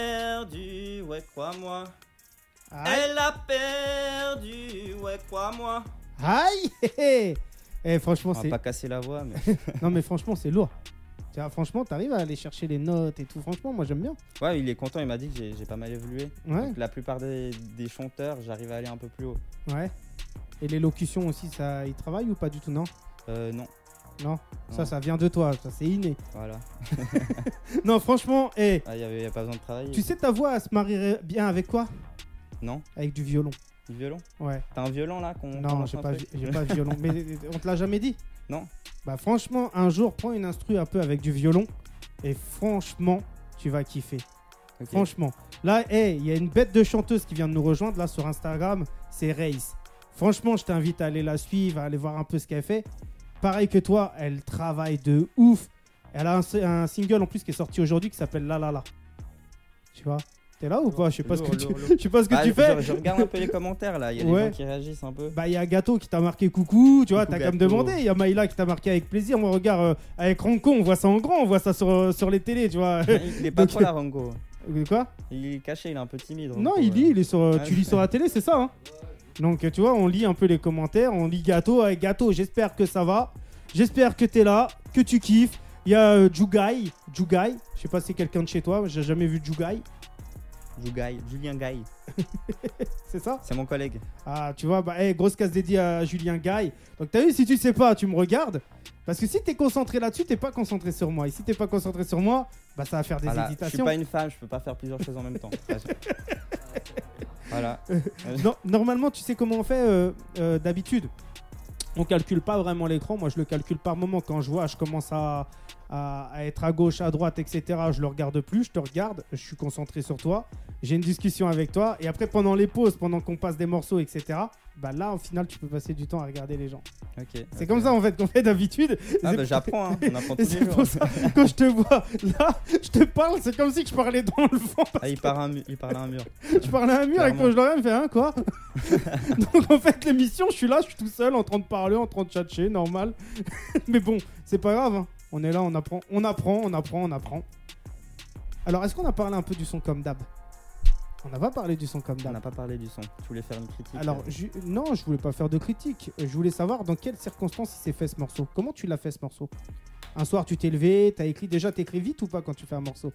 C: perdu, ouais, crois-moi. Elle a perdu, ouais, crois-moi.
B: Aïe! Eh, franchement,
C: on va pas casser la voix, mais.
B: Non, mais franchement, c'est lourd. Franchement, t'arrives à aller chercher les notes et tout. Franchement, moi, j'aime bien.
C: Ouais, il est content. Il m'a dit que j'ai pas mal évolué.
B: Ouais.
C: Donc, la plupart des chanteurs, j'arrive à aller un peu plus haut.
B: Ouais. Et l'élocution aussi, ça, il travaille ou pas du tout, non? Non. Ça vient de toi. Ça, c'est inné.
C: Voilà.
B: Non, franchement,
C: y a pas besoin de travailler.
B: Tu sais, ta voix, elle se marierait bien avec quoi?
C: Non.
B: Avec du violon.
C: Du violon?
B: Ouais.
C: T'as un violon là
B: Non, j'ai pas de violon. Mais on te l'a jamais dit?
C: Non.
B: Bah franchement, un jour, prends une instru un peu avec du violon et franchement, tu vas kiffer. Okay. Franchement. Là, il y a une bête de chanteuse qui vient de nous rejoindre là sur Instagram, c'est Race. Franchement, je t'invite à aller la suivre, à aller voir un peu ce qu'elle fait. Pareil que toi, elle travaille de ouf. Elle a un single en plus qui est sorti aujourd'hui qui s'appelle La La La. Tu vois? T'es là ou pas? Je sais pas ce que
C: Lourd.
B: je sais pas ce que tu fais.
C: Je regarde un peu les commentaires là, il y a des gens qui réagissent un peu.
B: Bah il y a Gâteau qui t'a marqué coucou, tu vois,
C: Coucou,
B: t'as qu'à me
C: Gâteau.
B: demander. Il y a Maïla qui t'a marqué avec plaisir. Moi regarde, avec Ranco, on voit ça en grand, on voit ça sur les télés, tu vois.
C: Il est pas
B: Donc,
C: trop là, Rango.
B: Quoi?
C: Il est caché, il est un peu timide.
B: Non,
C: Rango,
B: il lit, il est sur, tu
C: Ouais.
B: lis sur la télé, c'est ça, hein. Donc tu vois, on lit un peu les commentaires, on lit Gâteau avec Gâteau. J'espère que ça va, j'espère que t'es là, que tu kiffes. Il y a Jugai, je sais pas si c'est quelqu'un de chez toi, j'ai jamais vu Jugai,
C: Julien Gaï,
B: c'est ça?
C: c'est mon collègue.
B: Ah, tu vois, bah, grosse case dédiée à Julien Gaille. Donc, t'as vu, si tu sais pas, tu me regardes. Parce que si t'es concentré là-dessus, t'es pas concentré sur moi. Et si t'es pas concentré sur moi, bah, ça va faire des
C: Voilà, je suis
B: hésitations.
C: pas une femme, je peux pas faire plusieurs choses en même temps. Voilà.
B: Non, normalement, tu sais comment on fait d'habitude. On calcule pas vraiment l'écran. Moi, je le calcule par moment. Quand je vois, je commence à être à gauche, à droite, etc. Je le regarde plus, je te regarde, je suis concentré sur toi. J'ai une discussion avec toi. Et après, pendant les pauses, pendant qu'on passe des morceaux, etc. Bah là, au final, tu peux passer du temps à regarder les gens.
C: Ok.
B: C'est comme ça en fait qu'on fait d'habitude.
C: Ah
B: C'est-
C: bah j'apprends, hein. On apprend
B: Et
C: tous les
B: c'est
C: jours.
B: pour ça, quand je te vois là, je te parle, c'est comme si je parlais dans le vent.
C: Ah, il parle à un mur.
B: Je parlais à un mur et
C: Clairement.
B: quand je l'aurais, il me fait hein, quoi? Donc en fait, l'émission, je suis là, je suis tout seul en train de parler, en train de tchatcher, normal. Mais bon, c'est pas grave. Hein. On est là, on apprend. Alors, est-ce qu'on a parlé un peu du son comme d'hab? On n'a pas parlé du son comme
C: On
B: d'hab.
C: n'a pas parlé du son. Tu voulais faire une critique?
B: Alors, non, je voulais pas faire de critique. Je voulais savoir dans quelles circonstances il s'est fait ce morceau. Comment tu l'as fait ce morceau? Un soir, tu t'es levé, t'as écrit. Déjà, t'écris vite ou pas quand tu fais un morceau?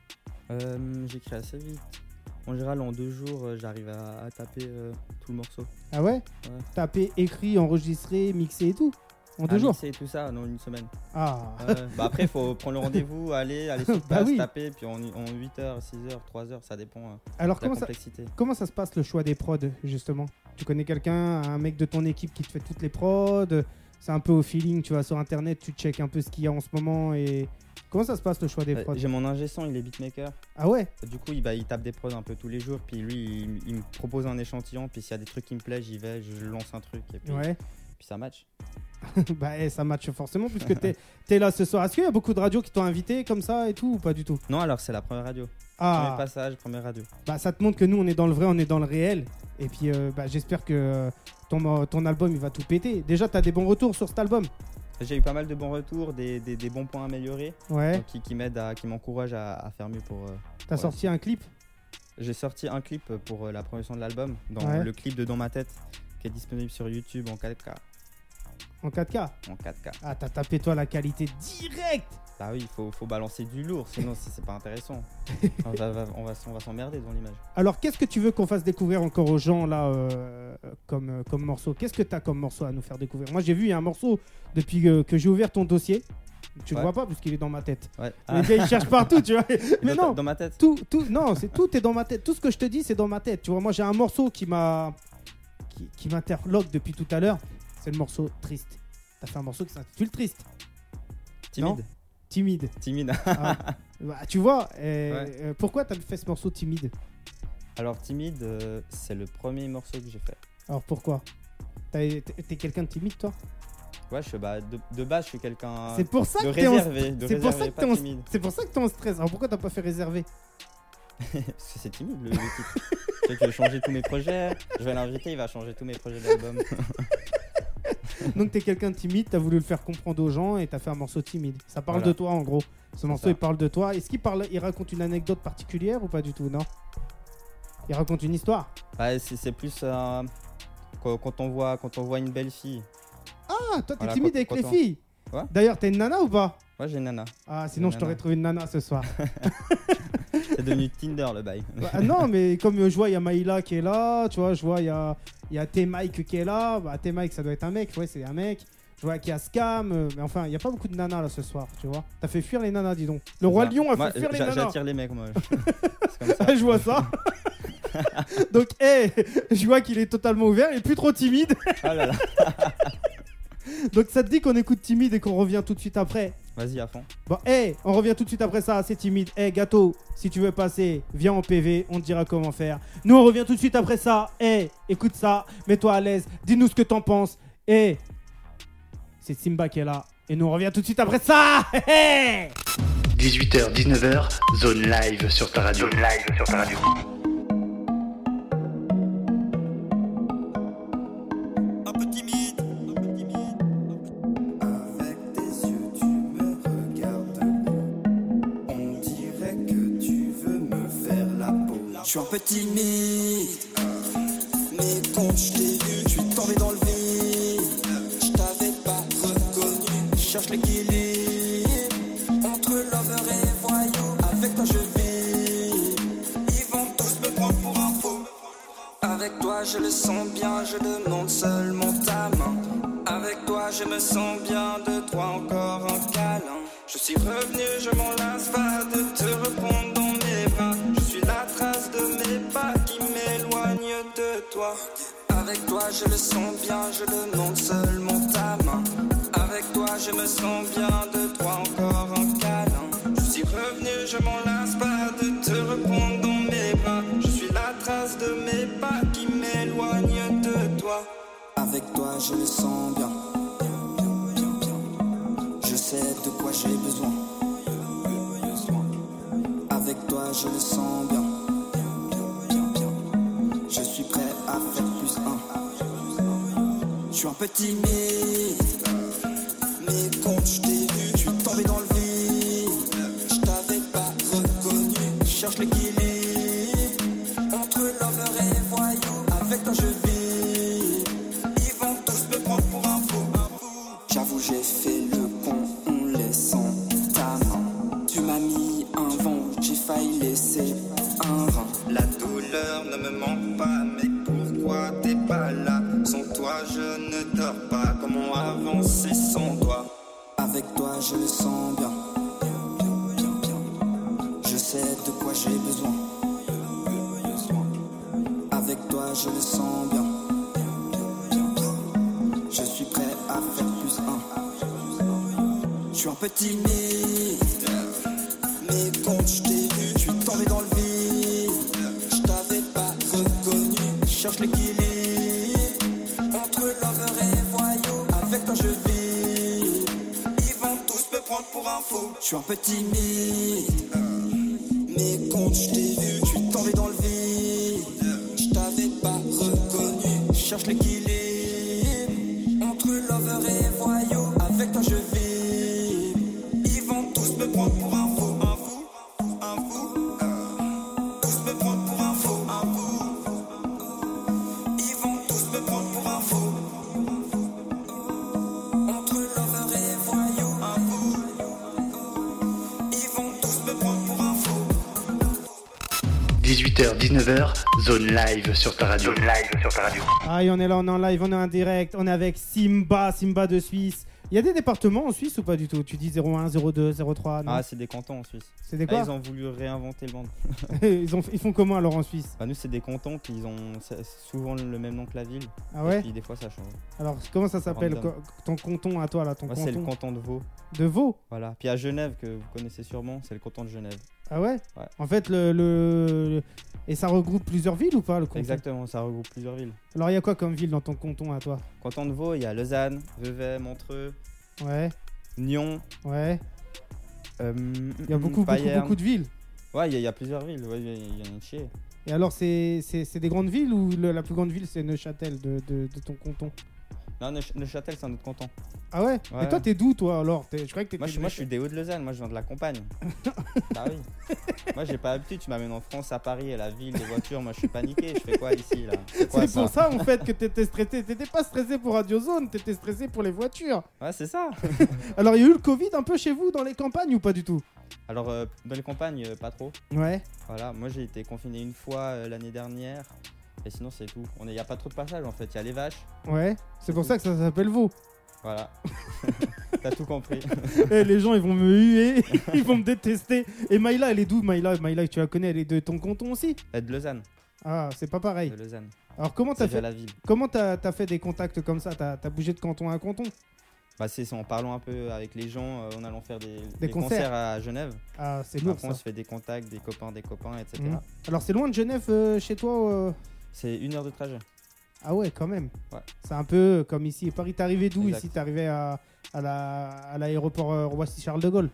C: J'écris assez vite. En général, en 2 jours, j'arrive à taper tout le morceau.
B: Ah ouais? Taper, écrit, enregistré, mixé et tout? En 2 jours?
C: Mixer tout ça, non, une semaine.
B: Ah.
C: Bah après, il faut prendre le rendez-vous, aller sur
B: Bah
C: place,
B: oui.
C: taper, puis en 8 heures, 6 heures, 3 heures, ça dépend
B: Alors,
C: de la complexité.
B: comment ça se passe le choix des prods, justement? Tu connais quelqu'un, un mec de ton équipe qui te fait toutes les prods? C'est un peu au feeling, tu vas sur internet, tu check un peu ce qu'il y a en ce moment et. Comment ça se passe le choix des prods?
C: J'ai mon ingé son, il est beatmaker.
B: Ah ouais?
C: Du coup, il tape des prods un peu tous les jours, puis lui, il me propose un échantillon, puis s'il y a des trucs qui me plaisent, j'y vais, je lance un truc, et puis,
B: Ouais.
C: puis ça match.
B: Bah ça match forcément puisque t'es là ce soir. Est-ce qu'il y a beaucoup de radios qui t'ont invité comme ça et tout ou pas du tout?
C: Non, alors c'est la première radio.
B: Ah,
C: Premier passage, première radio.
B: bah ça te montre que nous on est dans le vrai, on est dans le réel. Et puis bah, j'espère que ton album il va tout péter. Déjà t'as des bons retours sur cet album?
C: J'ai eu pas mal de bons retours, des bons points améliorés,
B: Ouais.
C: donc qui m'aident, qui m'encouragent à faire mieux pour.
B: T'as
C: ouais,
B: sorti un clip?
C: J'ai sorti un clip pour la promotion de l'album, le clip de Dans ma tête, qui est disponible sur YouTube en 4K.
B: En 4K?
C: En 4K.
B: Ah t'as tapé toi la qualité direct.
C: Bah oui, il faut balancer du lourd, sinon c'est pas intéressant. on va s'emmerder devant l'image.
B: Alors qu'est-ce que tu veux qu'on fasse découvrir encore aux gens là comme morceau? Qu'est-ce que t'as comme morceau à nous faire découvrir? Moi j'ai vu il y a un morceau depuis que j'ai ouvert ton dossier. Tu le vois pas parce qu'il est dans ma tête.
C: Ouais.
B: Les gars ils cherchent partout tu vois. Mais non.
C: Dans ma tête.
B: Tout est dans ma tête. Tout ce que je te dis, c'est dans ma tête. Tu vois, moi, j'ai un morceau qui m'interloque depuis tout à l'heure. C'est le morceau Triste. T'as fait un morceau qui s'intitule Triste.
C: Timide.
B: Timide.
C: Timide.
B: Ah. Bah, tu vois,
C: Ouais.
B: pourquoi t'as fait ce morceau Timide?
C: Alors Timide, c'est le premier morceau que j'ai fait.
B: Alors pourquoi? T'es quelqu'un de timide, toi?
C: Ouais, de base, je suis quelqu'un
B: C'est pour ça
C: de
B: que t'es en
C: réservé,
B: c'est pour ça que
C: pas
B: t'es en-
C: timide.
B: C'est pour ça que t'es en stress. Alors pourquoi t'as pas fait réservé?
C: Parce que c'est timide le titre. Tu sais que je vais changer tous mes projets. Je vais l'inviter, il va changer tous mes projets d'album.
B: Donc t'es quelqu'un de timide, t'as voulu le faire comprendre aux gens et t'as fait un morceau timide. Ça parle
C: Voilà.
B: de toi en gros. Ce morceau
C: ça.
B: il parle de toi. Est-ce il raconte une anecdote particulière ou pas du tout? Non. Il raconte une histoire.
C: Ouais, c'est plus quand on voit une belle fille.
B: Ah, toi t'es
C: Voilà,
B: timide
C: quand-
B: avec
C: quand
B: les
C: on-
B: filles.
C: Ouais.
B: D'ailleurs t'es une nana ou pas?
C: Ouais, j'ai une nana.
B: Ah sinon
C: Une
B: je t'aurais
C: nana.
B: trouvé une nana ce soir.
C: C'est devenu Tinder le bail.
B: Ah non mais comme je vois il y a Maïla qui est là, tu vois, je vois il y a T-Mike qui est là. Bah T-Mike ça doit être un mec, ouais c'est un mec. Je vois qu'il y a Scam, mais enfin il y a pas beaucoup de nanas là ce soir, tu vois. T'as fait fuir les nanas dis donc. Le roi lion a
C: Moi,
B: fait fuir les nanas.
C: j'attire les mecs moi. C'est comme ça.
B: Je vois ça. Donc, je vois qu'il est totalement ouvert, il est plus trop timide.
C: Ah là là.
B: Donc, ça te dit qu'on écoute timide et qu'on revient tout de suite après?
C: Vas-y à fond.
B: Bon, on revient tout de suite après ça, c'est timide. Gâteau, si tu veux passer, viens en PV, on te dira comment faire. Nous, on revient tout de suite après ça. Écoute ça, mets-toi à l'aise, dis-nous ce que t'en penses. C'est Simba qui est là. Et nous, on revient tout de suite après ça.
A: 18h, 18h, 19h, zone live sur ta radio. Zone live sur ta radio.
E: Un peu timide. Avec tes yeux, tu me regardes. On dirait que tu veux me faire la peau. Je suis un peu timide. Mais quand je t'ai vu, je suis tombé dans le vide. Je t'avais pas reconnu. Je cherche l'équilibre entre lover et voyou. Avec toi je vis. Ils vont tous me prendre pour un fou. Avec toi je le sens bien, je demande seulement ta main. Avec toi je me sens bien, de toi encore un câlin. Je suis revenu, je m'en lasse pas de te reprendre dans mes bras. Je suis la trace de mes pas qui m'éloigne de toi. Avec toi je le sens bien, je demande seulement ta main. Avec toi je me sens bien, de toi encore un câlin. Je suis revenu, je m'en lasse pas de te reprendre dans mes bras. Je suis la trace de mes pas qui m'éloigne de toi. Avec toi je le sens bien. Je sais de quoi j'ai besoin. Avec toi je le sens bien. Je suis prêt à faire plus un. Je suis un peu timide. Mais quand je t'ai vu, je suis tombé dans le vide. Je t'avais pas reconnu. Je cherche l'équilibre entre lover et voyou. Avec toi je vis. Ils vont tous me prendre pour un fou. J'avoue j'ai fait le con en laissant ta main. Tu m'as mis un vent, j'ai failli laisser un rein. La douleur ne me manque pas, mais pourquoi t'es pas là? Sans toi je ne dors pas, comment avancer sans toi? Avec toi je le sens bien. Je sais de quoi j'ai besoin. Avec toi je le sens bien. Je suis prêt à faire plus un. Je suis un peu timide. Mais quand je t'ai vu, je suis tombé dans le vide. Je t'avais pas reconnu. Je cherche l'équilibre entre lover et voyou. Avec toi je vis. Ils vont tous me prendre pour un fou. Je suis un peu timide. Mais quand je t'ai vu, je suis tombé dans le vide. Je t'avais pas reconnu. Je cherche l'équilibre entre lover et voyou. Avec toi je vis. Ils vont tous me prendre pour un fou. Un fou, un fou. Tous me prendre pour un fou. Un fou. Ils vont tous me prendre pour un fou. Entre lover et voyou. Un fou. Ils vont tous me prendre pour un fou.
A: 18h, 19h, zone live sur ta radio. Zone live sur ta radio.
B: Ah, et on est là, on est en live, on est en direct, on est avec Simba de Suisse. Il y a des départements en Suisse ou pas du tout? Tu dis 01, 02, 03, non?
C: Ah, c'est des cantons en Suisse.
B: C'est des quoi?
C: Ils ont voulu réinventer le monde.
B: Ils font comment alors en Suisse?
C: Bah, nous, c'est des cantons, puis ils ont souvent le même nom que la ville.
B: Ah ouais?
C: Et puis des fois, ça change.
B: Alors comment ça s'appelle
C: Random.
B: ton canton à toi là, ton
C: Moi,
B: canton?
C: c'est le canton de Vaud.
B: De Vaud?
C: Voilà. Puis à Genève, que vous connaissez sûrement, c'est le canton de Genève.
B: Ah ouais?
C: Ouais.
B: En fait, et ça regroupe plusieurs villes ou pas le canton?
C: Exactement, ça regroupe plusieurs villes.
B: Alors il y a quoi comme ville dans ton canton à toi?
C: Canton de Vaud, il y a Lausanne, Vevey, Montreux,
B: Ouais,
C: Nyon.
B: ouais. Il y a beaucoup de villes.
C: Ouais, il y a plusieurs villes. Ouais, il y en a une chier.
B: Et alors c'est des grandes villes ou la plus grande ville c'est Neuchâtel de ton canton?
C: Non, Neuchâtel, c'est un autre canton.
B: Ah ouais?
C: Ouais.
B: Et toi t'es d'où toi alors? Je croyais que t'étais
C: Moi, je suis des Hauts-de-Lausanne. Moi, je viens de la campagne. Bah oui. Moi, j'ai pas l'habitude. Tu m'amènes en France, à Paris, à la ville, les voitures. Moi, je suis paniqué. Je fais quoi ici là? C'est quoi,
B: C'est pour ça en fait que t'étais stressé. T'étais pas stressé pour Radio Zone, t'étais stressé pour les voitures.
C: Ouais, c'est ça.
B: Alors il y a eu le Covid un peu chez vous dans les campagnes ou pas du tout?
C: Alors, dans les campagnes, pas trop.
B: Ouais.
C: Voilà. Moi, j'ai été confiné une fois l'année dernière. Et sinon, c'est tout. Il n'y a pas trop de passages en fait. Il y a les vaches.
B: Ouais. C'est pour ça que ça s'appelle Vaud.
C: Voilà. T'as tout compris.
B: Eh, les gens ils vont me huer, ils vont me détester. Et Maïla elle est d'où? Maïla, tu la connais, elle est de ton canton aussi?
C: De Lausanne.
B: Ah c'est pas pareil.
C: De Lausanne.
B: Alors comment t'as
C: C'est
B: fait,
C: la ville.
B: comment t'as fait des contacts comme ça? T'as bougé de canton à canton?
C: Bah, c'est en parlant un peu avec les gens, en allant faire des
B: concerts.
C: concerts à Genève.
B: Ah c'est lourd
C: Après,
B: ça.
C: on se fait des contacts, des copains, etc.
B: Mhm. Alors c'est loin de Genève chez toi
C: C'est 1 heure de trajet.
B: Ah ouais quand même.
C: Ouais.
B: C'est un peu comme ici. Paris, t'es arrivé d'où?
C: Exact.
B: Ici t'es arrivé à l'aéroport Roissy-Charles de Gaulle.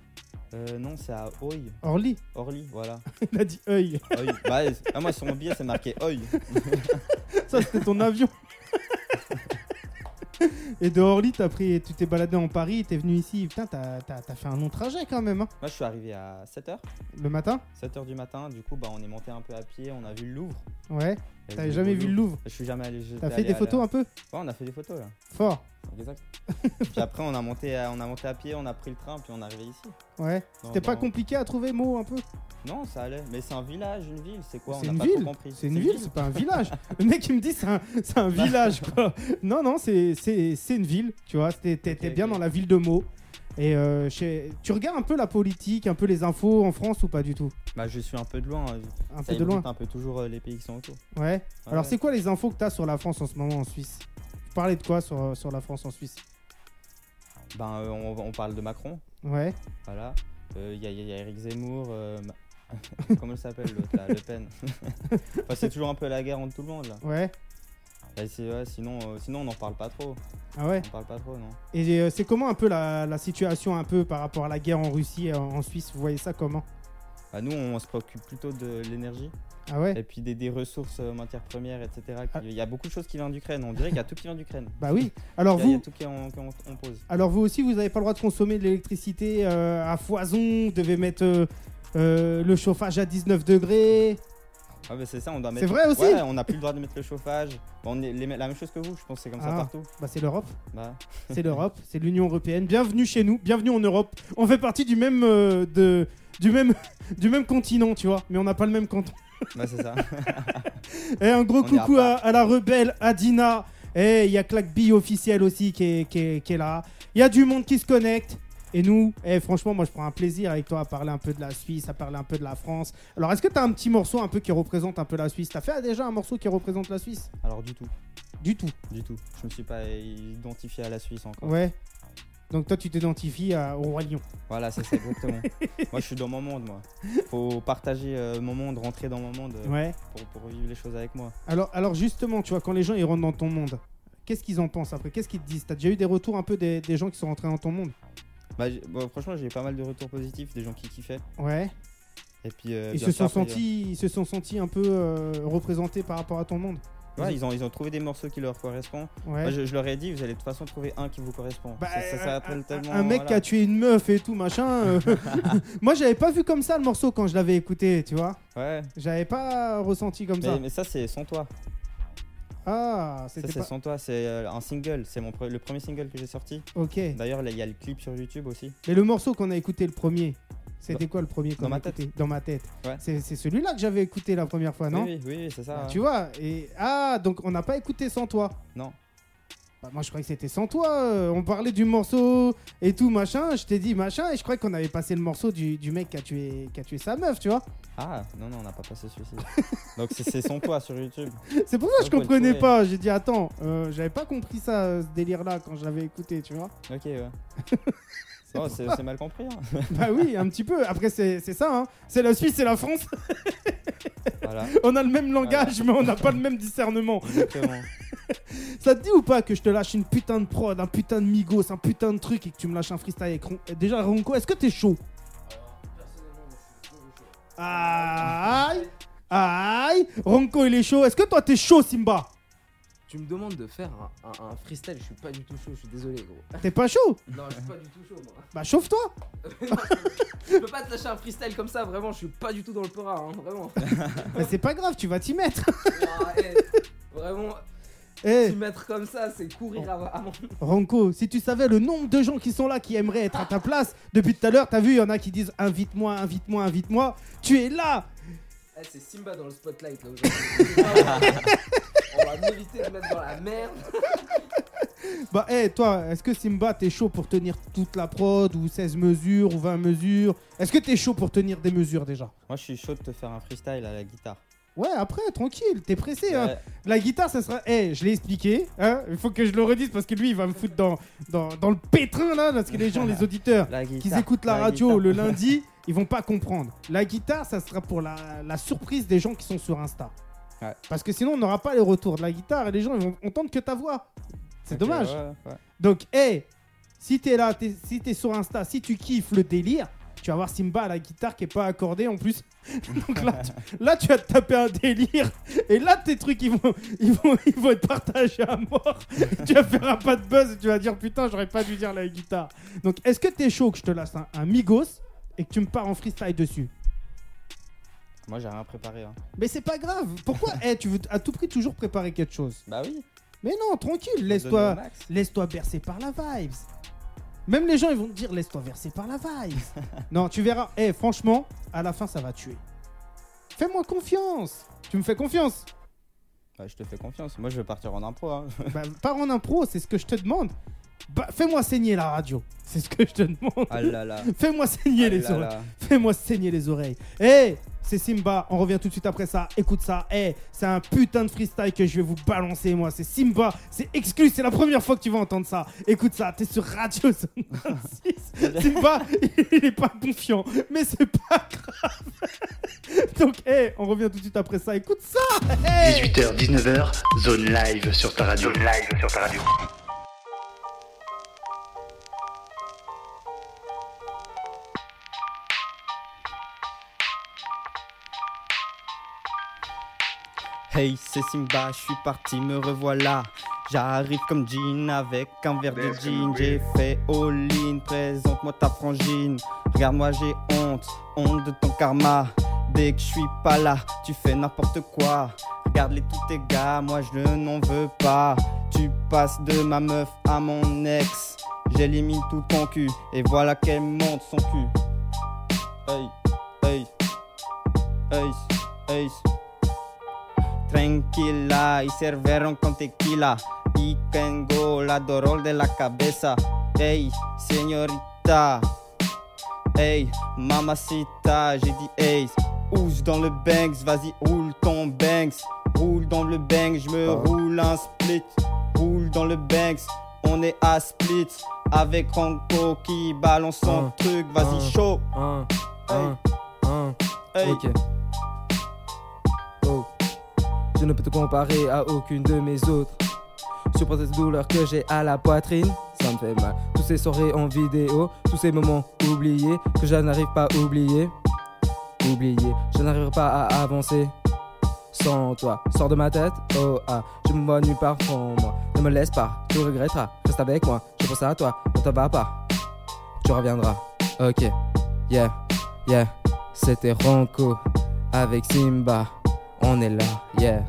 C: Non, c'est à Oi.
B: Orly.
C: Orly, voilà.
B: Il a dit œil.
C: Oi. Bah, moi, sur mon billet, c'est marqué Oi.
B: Ça, c'était ton avion. Et de Orly, tu t'es baladé en Paris, t'es venu ici. Putain, t'as fait un long trajet quand même. Hein.
C: Moi, je suis arrivé à 7h.
B: Le matin?
C: 7h du matin. Du coup, bah, on est monté un peu à pied. On a vu le Louvre.
B: Ouais.
C: Il y a
B: T'avais
C: du
B: jamais
C: beau
B: vu le Louvre?
C: Je suis jamais allé.
B: T'as fait des photos un peu?
C: Ouais, on a fait des photos là.
B: Fort.
C: Exact. Puis après, on a monté à pied, on a pris le train, puis on est arrivé ici.
B: Ouais. C'était pas compliqué à trouver, Mo, un peu?
C: Non, ça allait. Mais c'est un village, une ville, c'est quoi?
B: C'est
C: on
B: une
C: n'a
B: ville.
C: pas trop compris.
B: C'est une ville, c'est pas un village. Le mec, il me dit c'est un village, quoi. Non, c'est une ville, tu vois. T'es bien dans la ville de Meaux. Et tu regardes un peu la politique, un peu les infos en France ou pas du tout?
C: Bah, je suis un peu de loin.
B: Un peu de loin.
C: Un peu toujours les pays qui sont autour.
B: Ouais. Alors, c'est quoi les infos que t'as sur la France en ce moment en Suisse? Tu parlais de quoi sur la France en Suisse?
C: Ben, on parle de Macron.
B: Ouais.
C: Voilà. Il y a Eric Zemmour. Comment il s'appelle l'autre là? Le Pen. Enfin, c'est toujours un peu la guerre entre tout le monde là.
B: Ouais.
C: Sinon, on n'en parle pas trop.
B: Ah ouais.
C: On parle pas trop, non.
B: Et c'est comment un peu la situation un peu par rapport à la guerre en Russie et en Suisse? Vous voyez ça comment?
C: Bah, nous, on se préoccupe plutôt de l'énergie.
B: Ah ouais.
C: Et puis des ressources matières premières, etc. Il y a beaucoup de choses qui viennent d'Ukraine. On dirait qu'il y a tout qui vient d'Ukraine.
B: Bah oui. Alors
C: il y a tout qui on pose.
B: Alors vous aussi, vous n'avez pas le droit de consommer de l'électricité à foison. Vous devez mettre le chauffage à 19 degrés.
C: Ah bah c'est ça, on doit mettre.
B: C'est vrai aussi.
C: Ouais, on n'a plus le droit de mettre le chauffage. Bon, on est la même chose que vous, je pense que c'est comme ça partout.
B: Bah c'est l'Europe.
C: Bah.
B: C'est l'Europe, c'est l'Union Européenne. Bienvenue chez nous, bienvenue en Europe. On fait partie du même continent, tu vois, mais on n'a pas le même canton.
C: Bah c'est ça.
B: Et un gros coucou à la rebelle Adina. Et il y a Clackbee officiel aussi qui est là. Il y a du monde qui se connecte. Et nous, franchement, moi je prends un plaisir avec toi à parler un peu de la Suisse, à parler un peu de la France. Alors est-ce que tu as un petit morceau un peu qui représente un peu la Suisse? T'as fait déjà un morceau qui représente la Suisse?
C: Alors du tout.
B: Du tout.
C: Du tout. Je me suis pas identifié à la Suisse encore.
B: Ouais. Donc toi tu t'identifies au Roi Lion.
C: Voilà, c'est ça exactement. Moi je suis dans mon monde, moi. Faut partager mon monde, rentrer dans mon monde
B: ouais.
C: pour vivre les choses avec moi.
B: Alors justement, tu vois, quand les gens ils rentrent dans ton monde, qu'est-ce qu'ils en pensent après? Qu'est-ce qu'ils te disent? T'as déjà eu des retours un peu des gens qui sont rentrés dans ton monde?
C: Bah, franchement, j'ai eu pas mal de retours positifs, des gens qui kiffaient.
B: Ouais.
C: Et puis
B: ils se sont sentis un peu représentés par rapport à ton monde.
C: Ouais, ils ont trouvé des morceaux qui leur correspondent.
B: Ouais.
C: Moi, je leur ai dit, vous allez de toute façon trouver un qui vous correspond.
B: Bah,
C: ça tellement,
B: un mec qui a tué une meuf et tout machin. Moi, j'avais pas vu comme ça le morceau quand je l'avais écouté, tu vois.
C: Ouais.
B: J'avais pas ressenti comme ça.
C: Mais ça, c'est Sans Toi.
B: Ah, c'était
C: ça, c'est Sans Toi, c'est un single. C'est le premier single que j'ai sorti.
B: Ok.
C: D'ailleurs, il y a le clip sur YouTube aussi.
B: Et le morceau qu'on a écouté le premier, c'était quoi le premier qu'on a écouté? Dans ma tête.
C: Ouais.
B: C'est celui-là que j'avais écouté la première fois, non?
C: Oui, c'est ça.
B: Bah, tu vois. Donc on n'a pas écouté Sans Toi.
C: Non.
B: Bah, moi je croyais que c'était Sans Toi. On parlait du morceau et tout machin. Je t'ai dit machin et je croyais qu'on avait passé le morceau du mec qui a tué sa meuf, tu vois.
C: Ah non, on n'a pas passé celui-ci. Donc c'est Sans Toi sur YouTube.
B: C'est pour ça que je comprenais pas. J'ai dit attends, j'avais pas compris ça, ce délire là quand je l'avais écouté, tu vois.
C: Ok, ouais. Oh, c'est mal compris. Hein.
B: Bah oui, un petit peu. Après c'est ça, hein. C'est la Suisse, c'est la France.
C: Voilà.
B: On a le même langage, mais on n'a pas le même discernement.
C: Exactement.
B: Ça te dit ou pas que je te lâche une putain de prod, un putain de Migos, un putain de truc et que tu me lâches un freestyle avec Déjà Ronco, est-ce que t'es chaud? Aïe, aïe, Ronco il est chaud. Est-ce que toi t'es chaud, Simba?
D: Tu me demandes de faire un freestyle, je suis pas du tout chaud, je suis désolé gros.
B: T'es pas chaud?
D: Non, je suis pas du tout chaud moi.
B: Bah chauffe-toi.
D: Je peux pas te lâcher un freestyle comme ça, vraiment, je suis pas du tout dans le pera, hein, vraiment.
B: Mais c'est pas grave, tu vas t'y mettre.
D: Vraiment, t'y mettre comme ça, c'est courir à mon...
B: Ronco, si tu savais le nombre de gens qui sont là qui aimeraient être à ta place, depuis tout à l'heure, t'as vu, il y en a qui disent invite-moi, invite-moi, invite-moi. Tu es là.
D: C'est Simba dans le spotlight là aujourd'hui. On va m'éviter de mettre dans la merde.
B: Bah toi, est-ce que Simba t'es chaud pour tenir toute la prod ou 16 mesures ou 20 mesures? Est-ce que t'es chaud pour tenir des mesures déjà?
C: Moi je suis chaud de te faire un freestyle à la guitare.
B: Ouais, après, tranquille, t'es pressé.
C: Ouais.
B: Hein. La guitare, ça sera... je l'ai expliqué. Hein. Il faut que je le redise parce que lui, il va me foutre dans le pétrin, là. Parce que les gens, les auditeurs, qui écoutent la radio le lundi, ils vont pas comprendre. La guitare, ça sera pour la surprise des gens qui sont sur Insta.
C: Ouais.
B: Parce que sinon, on n'aura pas les retours de la guitare et les gens, ils vont entendre que ta voix. C'est dommage.
C: Ouais.
B: Donc, si t'es là, si t'es sur Insta, si tu kiffes le délire, tu vas voir Simba à la guitare qui est pas accordée en plus. Donc là, tu vas te taper un délire. Et là, tes trucs, ils vont être partagés à mort. Tu vas faire un pas de buzz et tu vas dire putain, j'aurais pas dû dire la guitare. Donc, est-ce que t'es chaud que je te laisse un Migos et que tu me pars en freestyle dessus?
C: Moi, j'ai rien préparé. Hein.
B: Mais c'est pas grave. Pourquoi tu veux à tout prix toujours préparer quelque chose?
C: Bah oui.
B: Mais non, tranquille, laisse-toi bercer par la vibes. Même les gens, ils vont te dire laisse-toi bercer par la vibes. Non, tu verras. Franchement, à la fin, ça va tuer. Fais-moi confiance. Tu me fais confiance?
C: Bah, je te fais confiance. Moi, je vais partir en impro. Hein.
B: Bah, pars en impro, c'est ce que je te demande. Bah, fais-moi saigner la radio. C'est ce que je te demande.
C: Ah là là.
B: Fais-moi saigner les oreilles. Fais-moi saigner les oreilles. C'est Simba. On revient tout de suite après ça. Écoute ça. C'est un putain de freestyle que je vais vous balancer, moi. C'est Simba. C'est exclu. C'est la première fois que tu vas entendre ça. Écoute ça. T'es sur Radio Zone 6. Simba, il est pas confiant. Mais c'est pas grave. Donc, on revient tout de suite après ça. Écoute ça.
A: 18h, 19h, Zone Live sur ta radio. Zone Live sur ta radio.
C: Hey, c'est Simba, je suis parti, me revoilà. J'arrive comme Jean avec un verre de gin. J'ai fait all-in, présente-moi ta frangine. Regarde-moi, j'ai honte de ton karma. Dès que je suis pas là, tu fais n'importe quoi. Regarde-les tous tes gars, moi je n'en veux pas. Tu passes de ma meuf à mon ex. J'élimine tout ton cul et voilà qu'elle monte son cul. Hey, hey, hey, hey. Tranquila, y servieron con tequila. Y tengo la dolor de la cabeza. Hey, señorita. Hey, mamacita. J'ai dit hey, ouse dans le Banks. Vas-y, roule ton Banks. Roule dans le Banks, je me roule un split. Roule dans le Banks, on est à split. Avec Ranko qui balance son truc. Vas-y, chaud. Hey.
D: Ok. Je ne peux te comparer à aucune de mes autres. Supporter cette douleur que j'ai à la poitrine, ça me fait mal. Tous ces soirées en vidéo, tous ces moments oubliés que je n'arrive pas à oublier. Je n'arriverai pas à avancer sans toi. Sors de ma tête, oh ah, je me vois nulle part sans moi. Ne me laisse pas, tu regretteras. Reste avec moi, je pense à toi. Ne te va pas, tu reviendras. Ok, yeah. C'était Ranko avec Simba. On est là, yeah.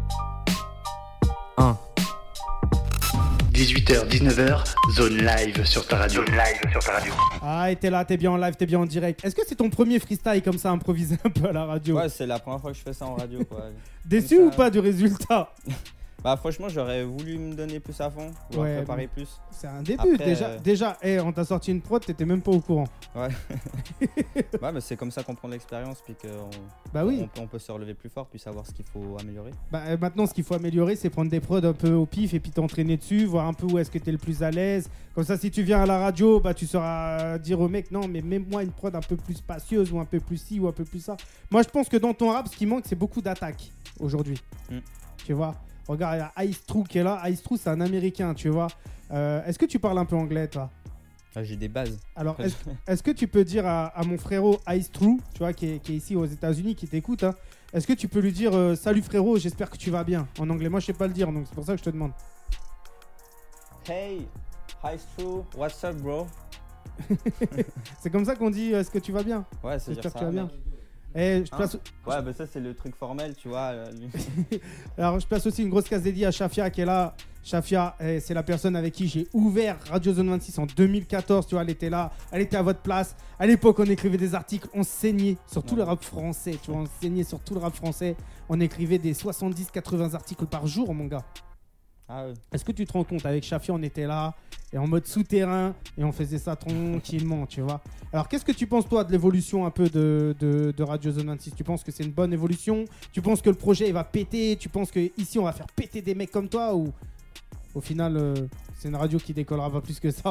A: 18h, 19h, Zone Live sur ta radio. Zone Live sur ta radio.
B: Ah, et t'es là, t'es bien en live, t'es bien en direct. Est-ce que c'est ton premier freestyle comme ça, improvisé un peu à la radio?
C: Ouais, c'est la première fois que je fais ça en radio, quoi.
B: Déçu ou pas du résultat?
C: Bah franchement, j'aurais voulu me donner plus à fond, vouloir préparer plus.
B: C'est un début. Après, déjà, on t'a sorti une prod, t'étais même pas au courant.
C: Ouais. Ouais, mais c'est comme ça qu'on prend de l'expérience, puis on peut se relever plus fort, puis savoir ce qu'il faut améliorer. Bah
B: maintenant, ce qu'il faut améliorer, c'est prendre des prods un peu au pif et puis t'entraîner dessus, voir un peu où est-ce que t'es le plus à l'aise. Comme ça, si tu viens à la radio, bah tu sauras dire au mec, non, mais mets-moi une prod un peu plus spacieuse ou un peu plus ci ou un peu plus ça. Moi, je pense que dans ton rap, ce qui manque, c'est beaucoup d'attaques aujourd'hui. Tu vois? Regarde, il y a Ice True qui est là. Ice True, c'est un Américain, tu vois. Est-ce que tu parles un peu anglais, toi?
C: J'ai des bases.
B: Alors, est-ce que tu peux dire à mon frérot Ice True, tu vois, qui est ici aux États-Unis, qui t'écoute, hein, est-ce que tu peux lui dire salut frérot, j'espère que tu vas bien en anglais? Moi, je sais pas le dire, donc c'est pour ça que je te demande.
C: Hey, Ice True, what's up, bro?
B: C'est comme ça qu'on dit est-ce que tu vas bien?
C: Ouais, c'est
B: j'espère
C: ça.
B: Que tu vas bien.
C: Ouais, bah ça c'est le truc formel, tu vois.
B: Alors je place aussi une grosse case dédiée à Shafia qui est là. Shafia, c'est la personne avec qui j'ai ouvert Radio Zone 26 en 2014, tu vois, elle était là, elle était à votre place. À l'époque, on écrivait des articles, on saignait sur tout le rap français, tu vois, on saignait sur tout le rap français. On écrivait des 70-80 articles par jour, mon gars.
C: Ah ouais.
B: Est-ce que tu te rends compte, avec Shafia, on était là et en mode souterrain et on faisait ça tranquillement, tu vois. Alors, qu'est-ce que tu penses, toi, de l'évolution un peu de Radio Zone 26? Tu penses que c'est une bonne évolution? Tu penses que le projet, il va péter? Tu penses qu'ici, on va faire péter des mecs comme toi? Ou au final, c'est une radio qui décollera pas plus que ça?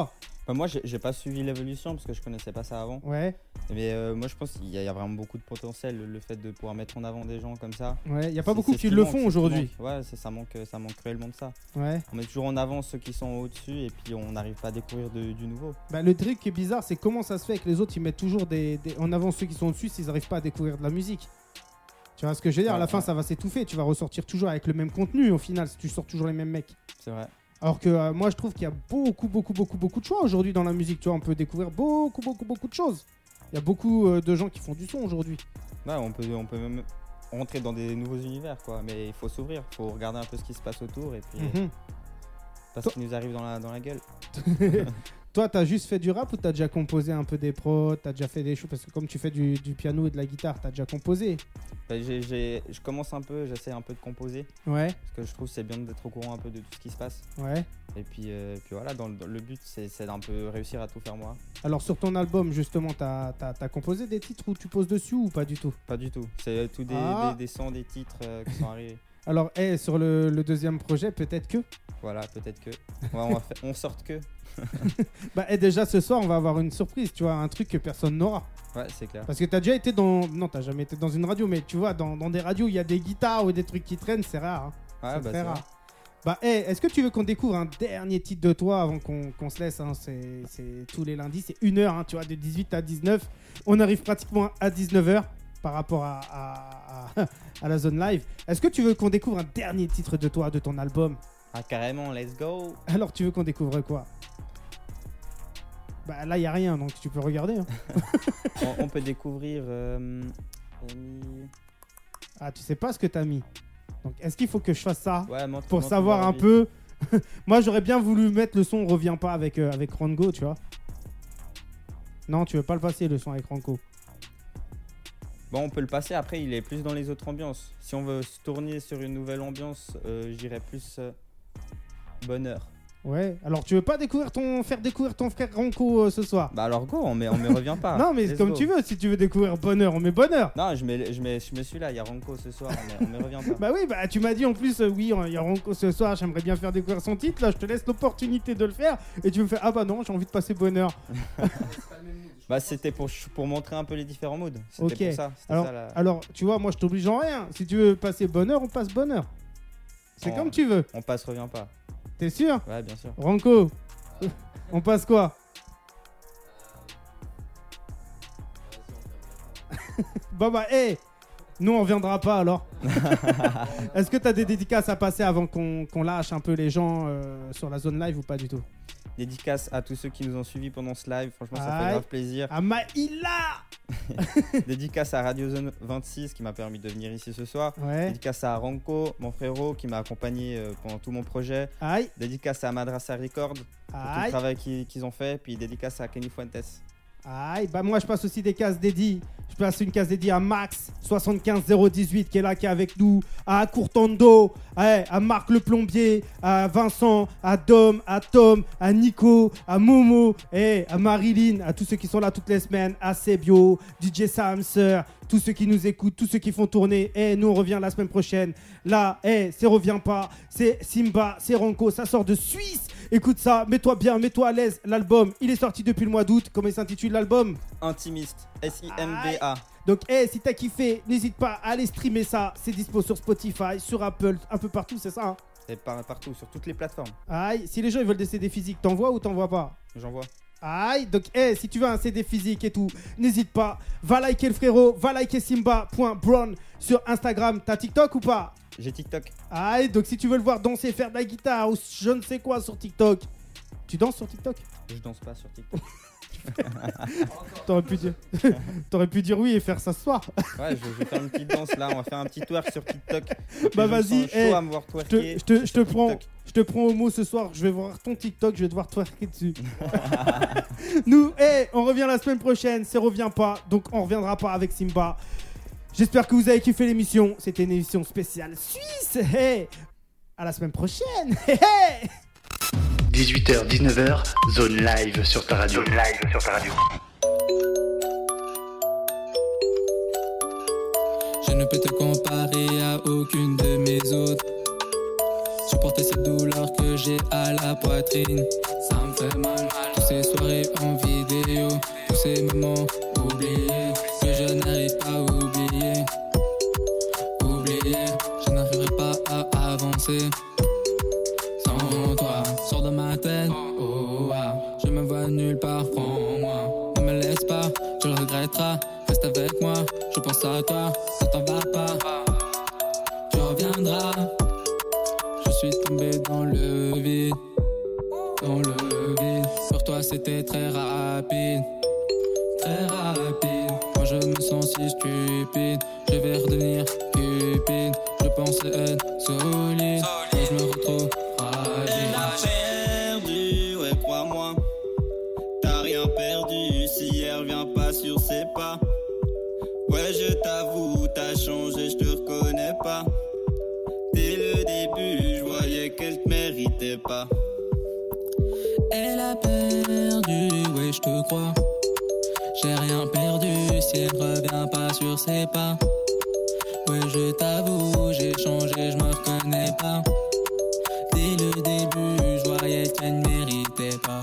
C: Bah, moi, j'ai pas suivi l'évolution parce que je connaissais pas ça avant.
B: Ouais,
C: Mais moi, je pense qu'il y a vraiment beaucoup de potentiel, le fait de pouvoir mettre en avant des gens comme ça.
B: ouais. Il y a pas
C: C'est-
B: beaucoup
C: c'est
B: qui
C: ce qui
B: le
C: manque,
B: font
C: c'est ce qui
B: aujourd'hui.
C: manque. Ouais, ça manque cruellement de ça.
B: Ouais.
C: On met toujours en avant ceux qui sont au-dessus et puis on n'arrive pas à découvrir du nouveau.
B: Bah, le truc qui est bizarre, c'est comment ça se fait que les autres ils mettent toujours en avant ceux qui sont au-dessus s'ils n'arrivent pas à découvrir de la musique. Tu vois ce que je veux dire? À la
C: Ouais,
B: fin,
C: ouais.
B: ça va s'étouffer. Tu vas ressortir toujours avec le même contenu au final si tu sors toujours les mêmes mecs.
C: C'est vrai.
B: Alors que moi, je trouve qu'il y a beaucoup de choix aujourd'hui dans la musique. Tu vois, on peut découvrir beaucoup de choses. Il y a beaucoup de gens qui font du son aujourd'hui.
C: Ouais, on peut même rentrer dans des nouveaux univers, quoi. Mais il faut s'ouvrir, il faut regarder un peu ce qui se passe autour et puis
B: Mhm.
C: pas ce qui nous arrive dans la gueule.
B: Toi, t'as juste fait du rap ou t'as déjà composé un peu des prods? T'as déjà fait des choses? Parce que comme tu fais du piano et de la guitare, t'as déjà composé.
C: Bah, je commence un peu, j'essaie un peu de composer
B: Ouais,
C: parce que je trouve que c'est bien d'être au courant un peu de tout ce qui se passe.
B: ouais.
C: Et puis voilà, dans le but, c'est d'un peu réussir à tout faire moi.
B: Alors sur ton album, justement, t'as composé des titres où tu poses dessus ou pas du tout?
C: Pas du tout. C'est tout des sons, des titres qui sont arrivés.
B: Alors, sur le deuxième projet, peut-être que.
C: Voilà, peut-être que. On sorte que.
B: Bah, déjà ce soir, on va avoir une surprise, tu vois, un truc que personne n'aura.
C: Ouais, c'est clair.
B: Parce que t'as déjà été dans. Non, t'as jamais été dans une radio, mais tu vois, dans des radios, il y a des guitares ou des trucs qui traînent, c'est rare. Hein.
C: Ouais,
B: C'est
C: bah,
B: très
C: c'est
B: rare.
C: vrai.
B: Bah, est-ce que tu veux qu'on découvre un dernier titre de toi avant qu'on se laisse, hein, c'est tous les lundis, c'est 1 heure, hein, tu vois, de 18 à 19. On arrive pratiquement à 19h par rapport à la zone live. Est-ce que tu veux qu'on découvre un dernier titre de toi, de ton album?
C: Ah, carrément, let's go.
B: Alors, tu veux qu'on découvre quoi? Bah, là, il n'y a rien, donc tu peux regarder. Hein.
C: On peut découvrir.
B: Ah, tu sais pas ce que t'as mis. Donc, est-ce qu'il faut que je fasse ça
C: Ouais,
B: pour savoir un peu? Moi, j'aurais bien voulu mettre le son Reviens pas avec Rango, tu vois. Non, tu veux pas le passer, le son avec Rango.
C: Bon, on peut le passer. Après, il est plus dans les autres ambiances. Si on veut se tourner sur une nouvelle ambiance, j'irais plus Bonheur.
B: Ouais, alors tu veux pas faire découvrir ton frère Ranko ce soir?
C: Bah alors go, on me revient pas.
B: Non, mais
C: Let's
B: comme
C: go.
B: tu veux, si tu veux découvrir Bonheur, on met Bonheur.
C: Non, je mets celui-là, il y a Ranko ce soir, on me revient pas.
B: Bah oui, bah tu m'as dit en plus, oui, il y a Ranko ce soir, j'aimerais bien faire découvrir son titre. Là, je te laisse l'opportunité de le faire. Et tu me fais, ah bah non, j'ai envie de passer Bonheur.
C: Bah c'était pour montrer un peu les différents moods. C'était
B: Ok.
C: pour ça. C'était
B: Alors,
C: ça, la-
B: alors, tu vois, moi je t'oblige en rien. Si tu veux passer Bonheur, on passe Bonheur. C'est
C: Oh.
B: comme tu veux.
C: On passe, revient pas.
B: T'es sûr?
C: Ouais, bien sûr.
B: Ranko, on passe quoi? Bah, nous on reviendra pas alors. Est-ce que t'as des dédicaces à passer avant qu'on lâche un peu les gens sur la zone live ou pas du tout?
C: Dédicace à tous ceux qui nous ont suivis pendant ce live, franchement ça
B: Aïe.
C: fait grave plaisir.
B: À Maïla.
C: Dédicace à Radio Zone 26 qui m'a permis de venir ici ce soir.
B: Ouais.
C: Dédicace à Ranko, mon frérot qui m'a accompagné pendant tout mon projet.
B: Aïe.
C: Dédicace à Madrasa Record pour tout le
B: Aïe.
C: travail qu'ils ont fait. Puis dédicace à Kenny Fuentes.
B: Aïe. Bah moi je passe aussi des cases dédiées. Je passe une case dédiée à Max 75018 qui est là, qui est avec nous, à Courtando, à Marc le plombier, à Vincent, à Dom, à Tom, à Nico, à Momo, à Marilyn, à tous ceux qui sont là toutes les semaines, à Sebio, DJ Samser, tous ceux qui nous écoutent, tous ceux qui font tourner. Nous on revient la semaine prochaine. Là, c'est Revient pas, c'est Simba, c'est Ranko, ça sort de Suisse. Écoute ça, mets-toi bien, mets-toi à l'aise. L'album, il est sorti depuis le mois d'août. Comment il s'intitule l'album?
C: Intimiste, SIMBA.
B: Donc, si t'as kiffé, n'hésite pas à aller streamer ça. C'est dispo sur Spotify, sur Apple, un peu partout, c'est ça, hein?
C: C'est partout, sur toutes les plateformes.
B: Aïe, si les gens ils veulent des CD physiques, t'envoies ou t'envoies pas?
C: J'envoie.
B: Aïe, donc, si tu veux un CD physique et tout, n'hésite pas. Va liker le frérot, va liker Simba.brown sur Instagram. T'as TikTok ou pas?
C: J'ai TikTok.
B: Aïe, donc si tu veux le voir danser, faire de la guitare ou je ne sais quoi sur TikTok, tu danses sur TikTok?
C: Je danse pas sur TikTok.
B: T'aurais pu dire oui et faire ça ce soir.
C: Ouais, je vais faire une petite danse là. On va faire un petit twerk sur TikTok.
B: Bah vas-y,
C: chaud à me voir twerker.
B: Je te prends au mot ce soir. Je vais voir ton TikTok, je vais devoir twerker dessus. Nous, on revient la semaine prochaine. C'est Revient pas, donc on reviendra pas avec Simba. J'espère que vous avez kiffé l'émission. C'était une émission spéciale suisse. À la semaine prochaine.
A: 18h, 19h, zone live sur ta radio.
E: Je ne peux te comparer à aucune de mes autres. Supporter cette douleur que j'ai à la poitrine,
F: ça me fait mal. Tous ces soirées en vidéo, tous ces moments oubliés que je n'arrive pas à oublier. Oublier, je n'arriverai pas à avancer sans toi. Sors de ma tête, oh ah. Je me vois nulle part, prends-moi. Ne me laisse pas, tu le regretteras. Reste avec moi, je pense à toi, ne t'en va pas. Tu reviendras. Je suis tombé dans le vide, dans le vide. Pour toi c'était très rapide, très rapide. Moi je me sens si stupide, je vais redevenir cupide. Je pensais être solide, moi je me retrouve fragile.
E: Elle a perdu, ouais crois-moi. T'as rien perdu si elle revient pas sur ses pas. Ouais je t'avoue, t'as changé, je te reconnais pas. Dès le début, je voyais qu'elle te méritait pas.
F: Elle a perdu, ouais je te crois. J'ai rien perdu si elle revient pas sur ses pas. Ouais je t'avoue, j'ai changé, je me reconnais pas. Dès le début, je voyais qu'elle ne méritait pas.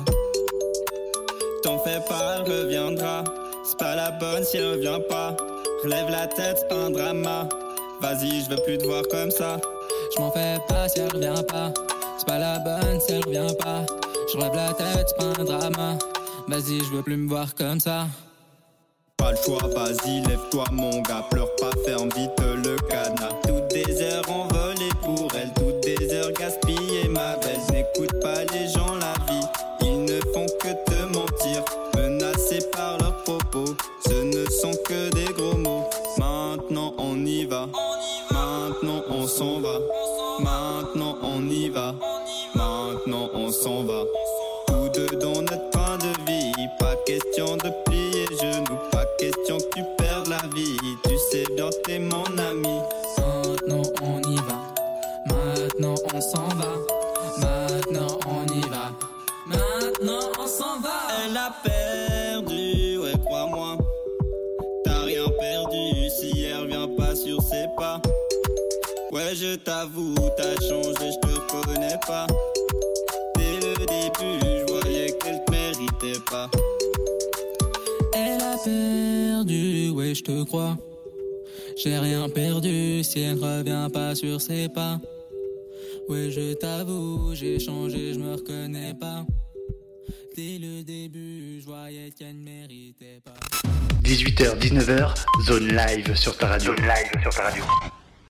E: T'en fais pas, elle reviendra. C'est pas la bonne si elle revient pas. Relève la tête, c'est pas un drama. Vas-y, je veux plus te voir comme ça.
F: Je m'en fais pas si elle revient pas. C'est pas la bonne si elle revient pas. Je relève la tête, c'est pas un drama. Vas-y, je veux plus me voir comme ça.
E: Pas le choix, vas-y, lève-toi mon gars. Pleure pas, ferme vite le cadenas. Toutes des heures envolées pour elle, toutes des heures gaspillées ma belle. N'écoute pas les gens, la vie, ils ne font que te mentir. Menacés par leurs propos, ce ne sont que des gros mots. Maintenant on y va, maintenant on s'en va. Maintenant on y va, maintenant on s'en va. Tous deux dans notre train de vie, pas question de plier genoux, pas question que tu perdes la vie. Tu sais bien t'es mon ami.
F: Maintenant on y va, maintenant on s'en va. Maintenant on y va, maintenant on s'en va.
E: Elle a perdu, ouais crois-moi. T'as rien perdu si elle revient pas sur ses pas. Ouais je t'avoue, t'as changé, je te reconnais pas. Dès le début, je voyais qu'elle te méritait pas.
F: Elle a perdu, ouais je te crois. J'ai rien perdu si elle revient pas sur ses pas. Ouais je t'avoue, j'ai changé, je me reconnais pas. Dès le début, je voyais qu'elle ne méritait pas.
A: 18h, 19h, zone live sur ta radio. Zone live sur ta radio.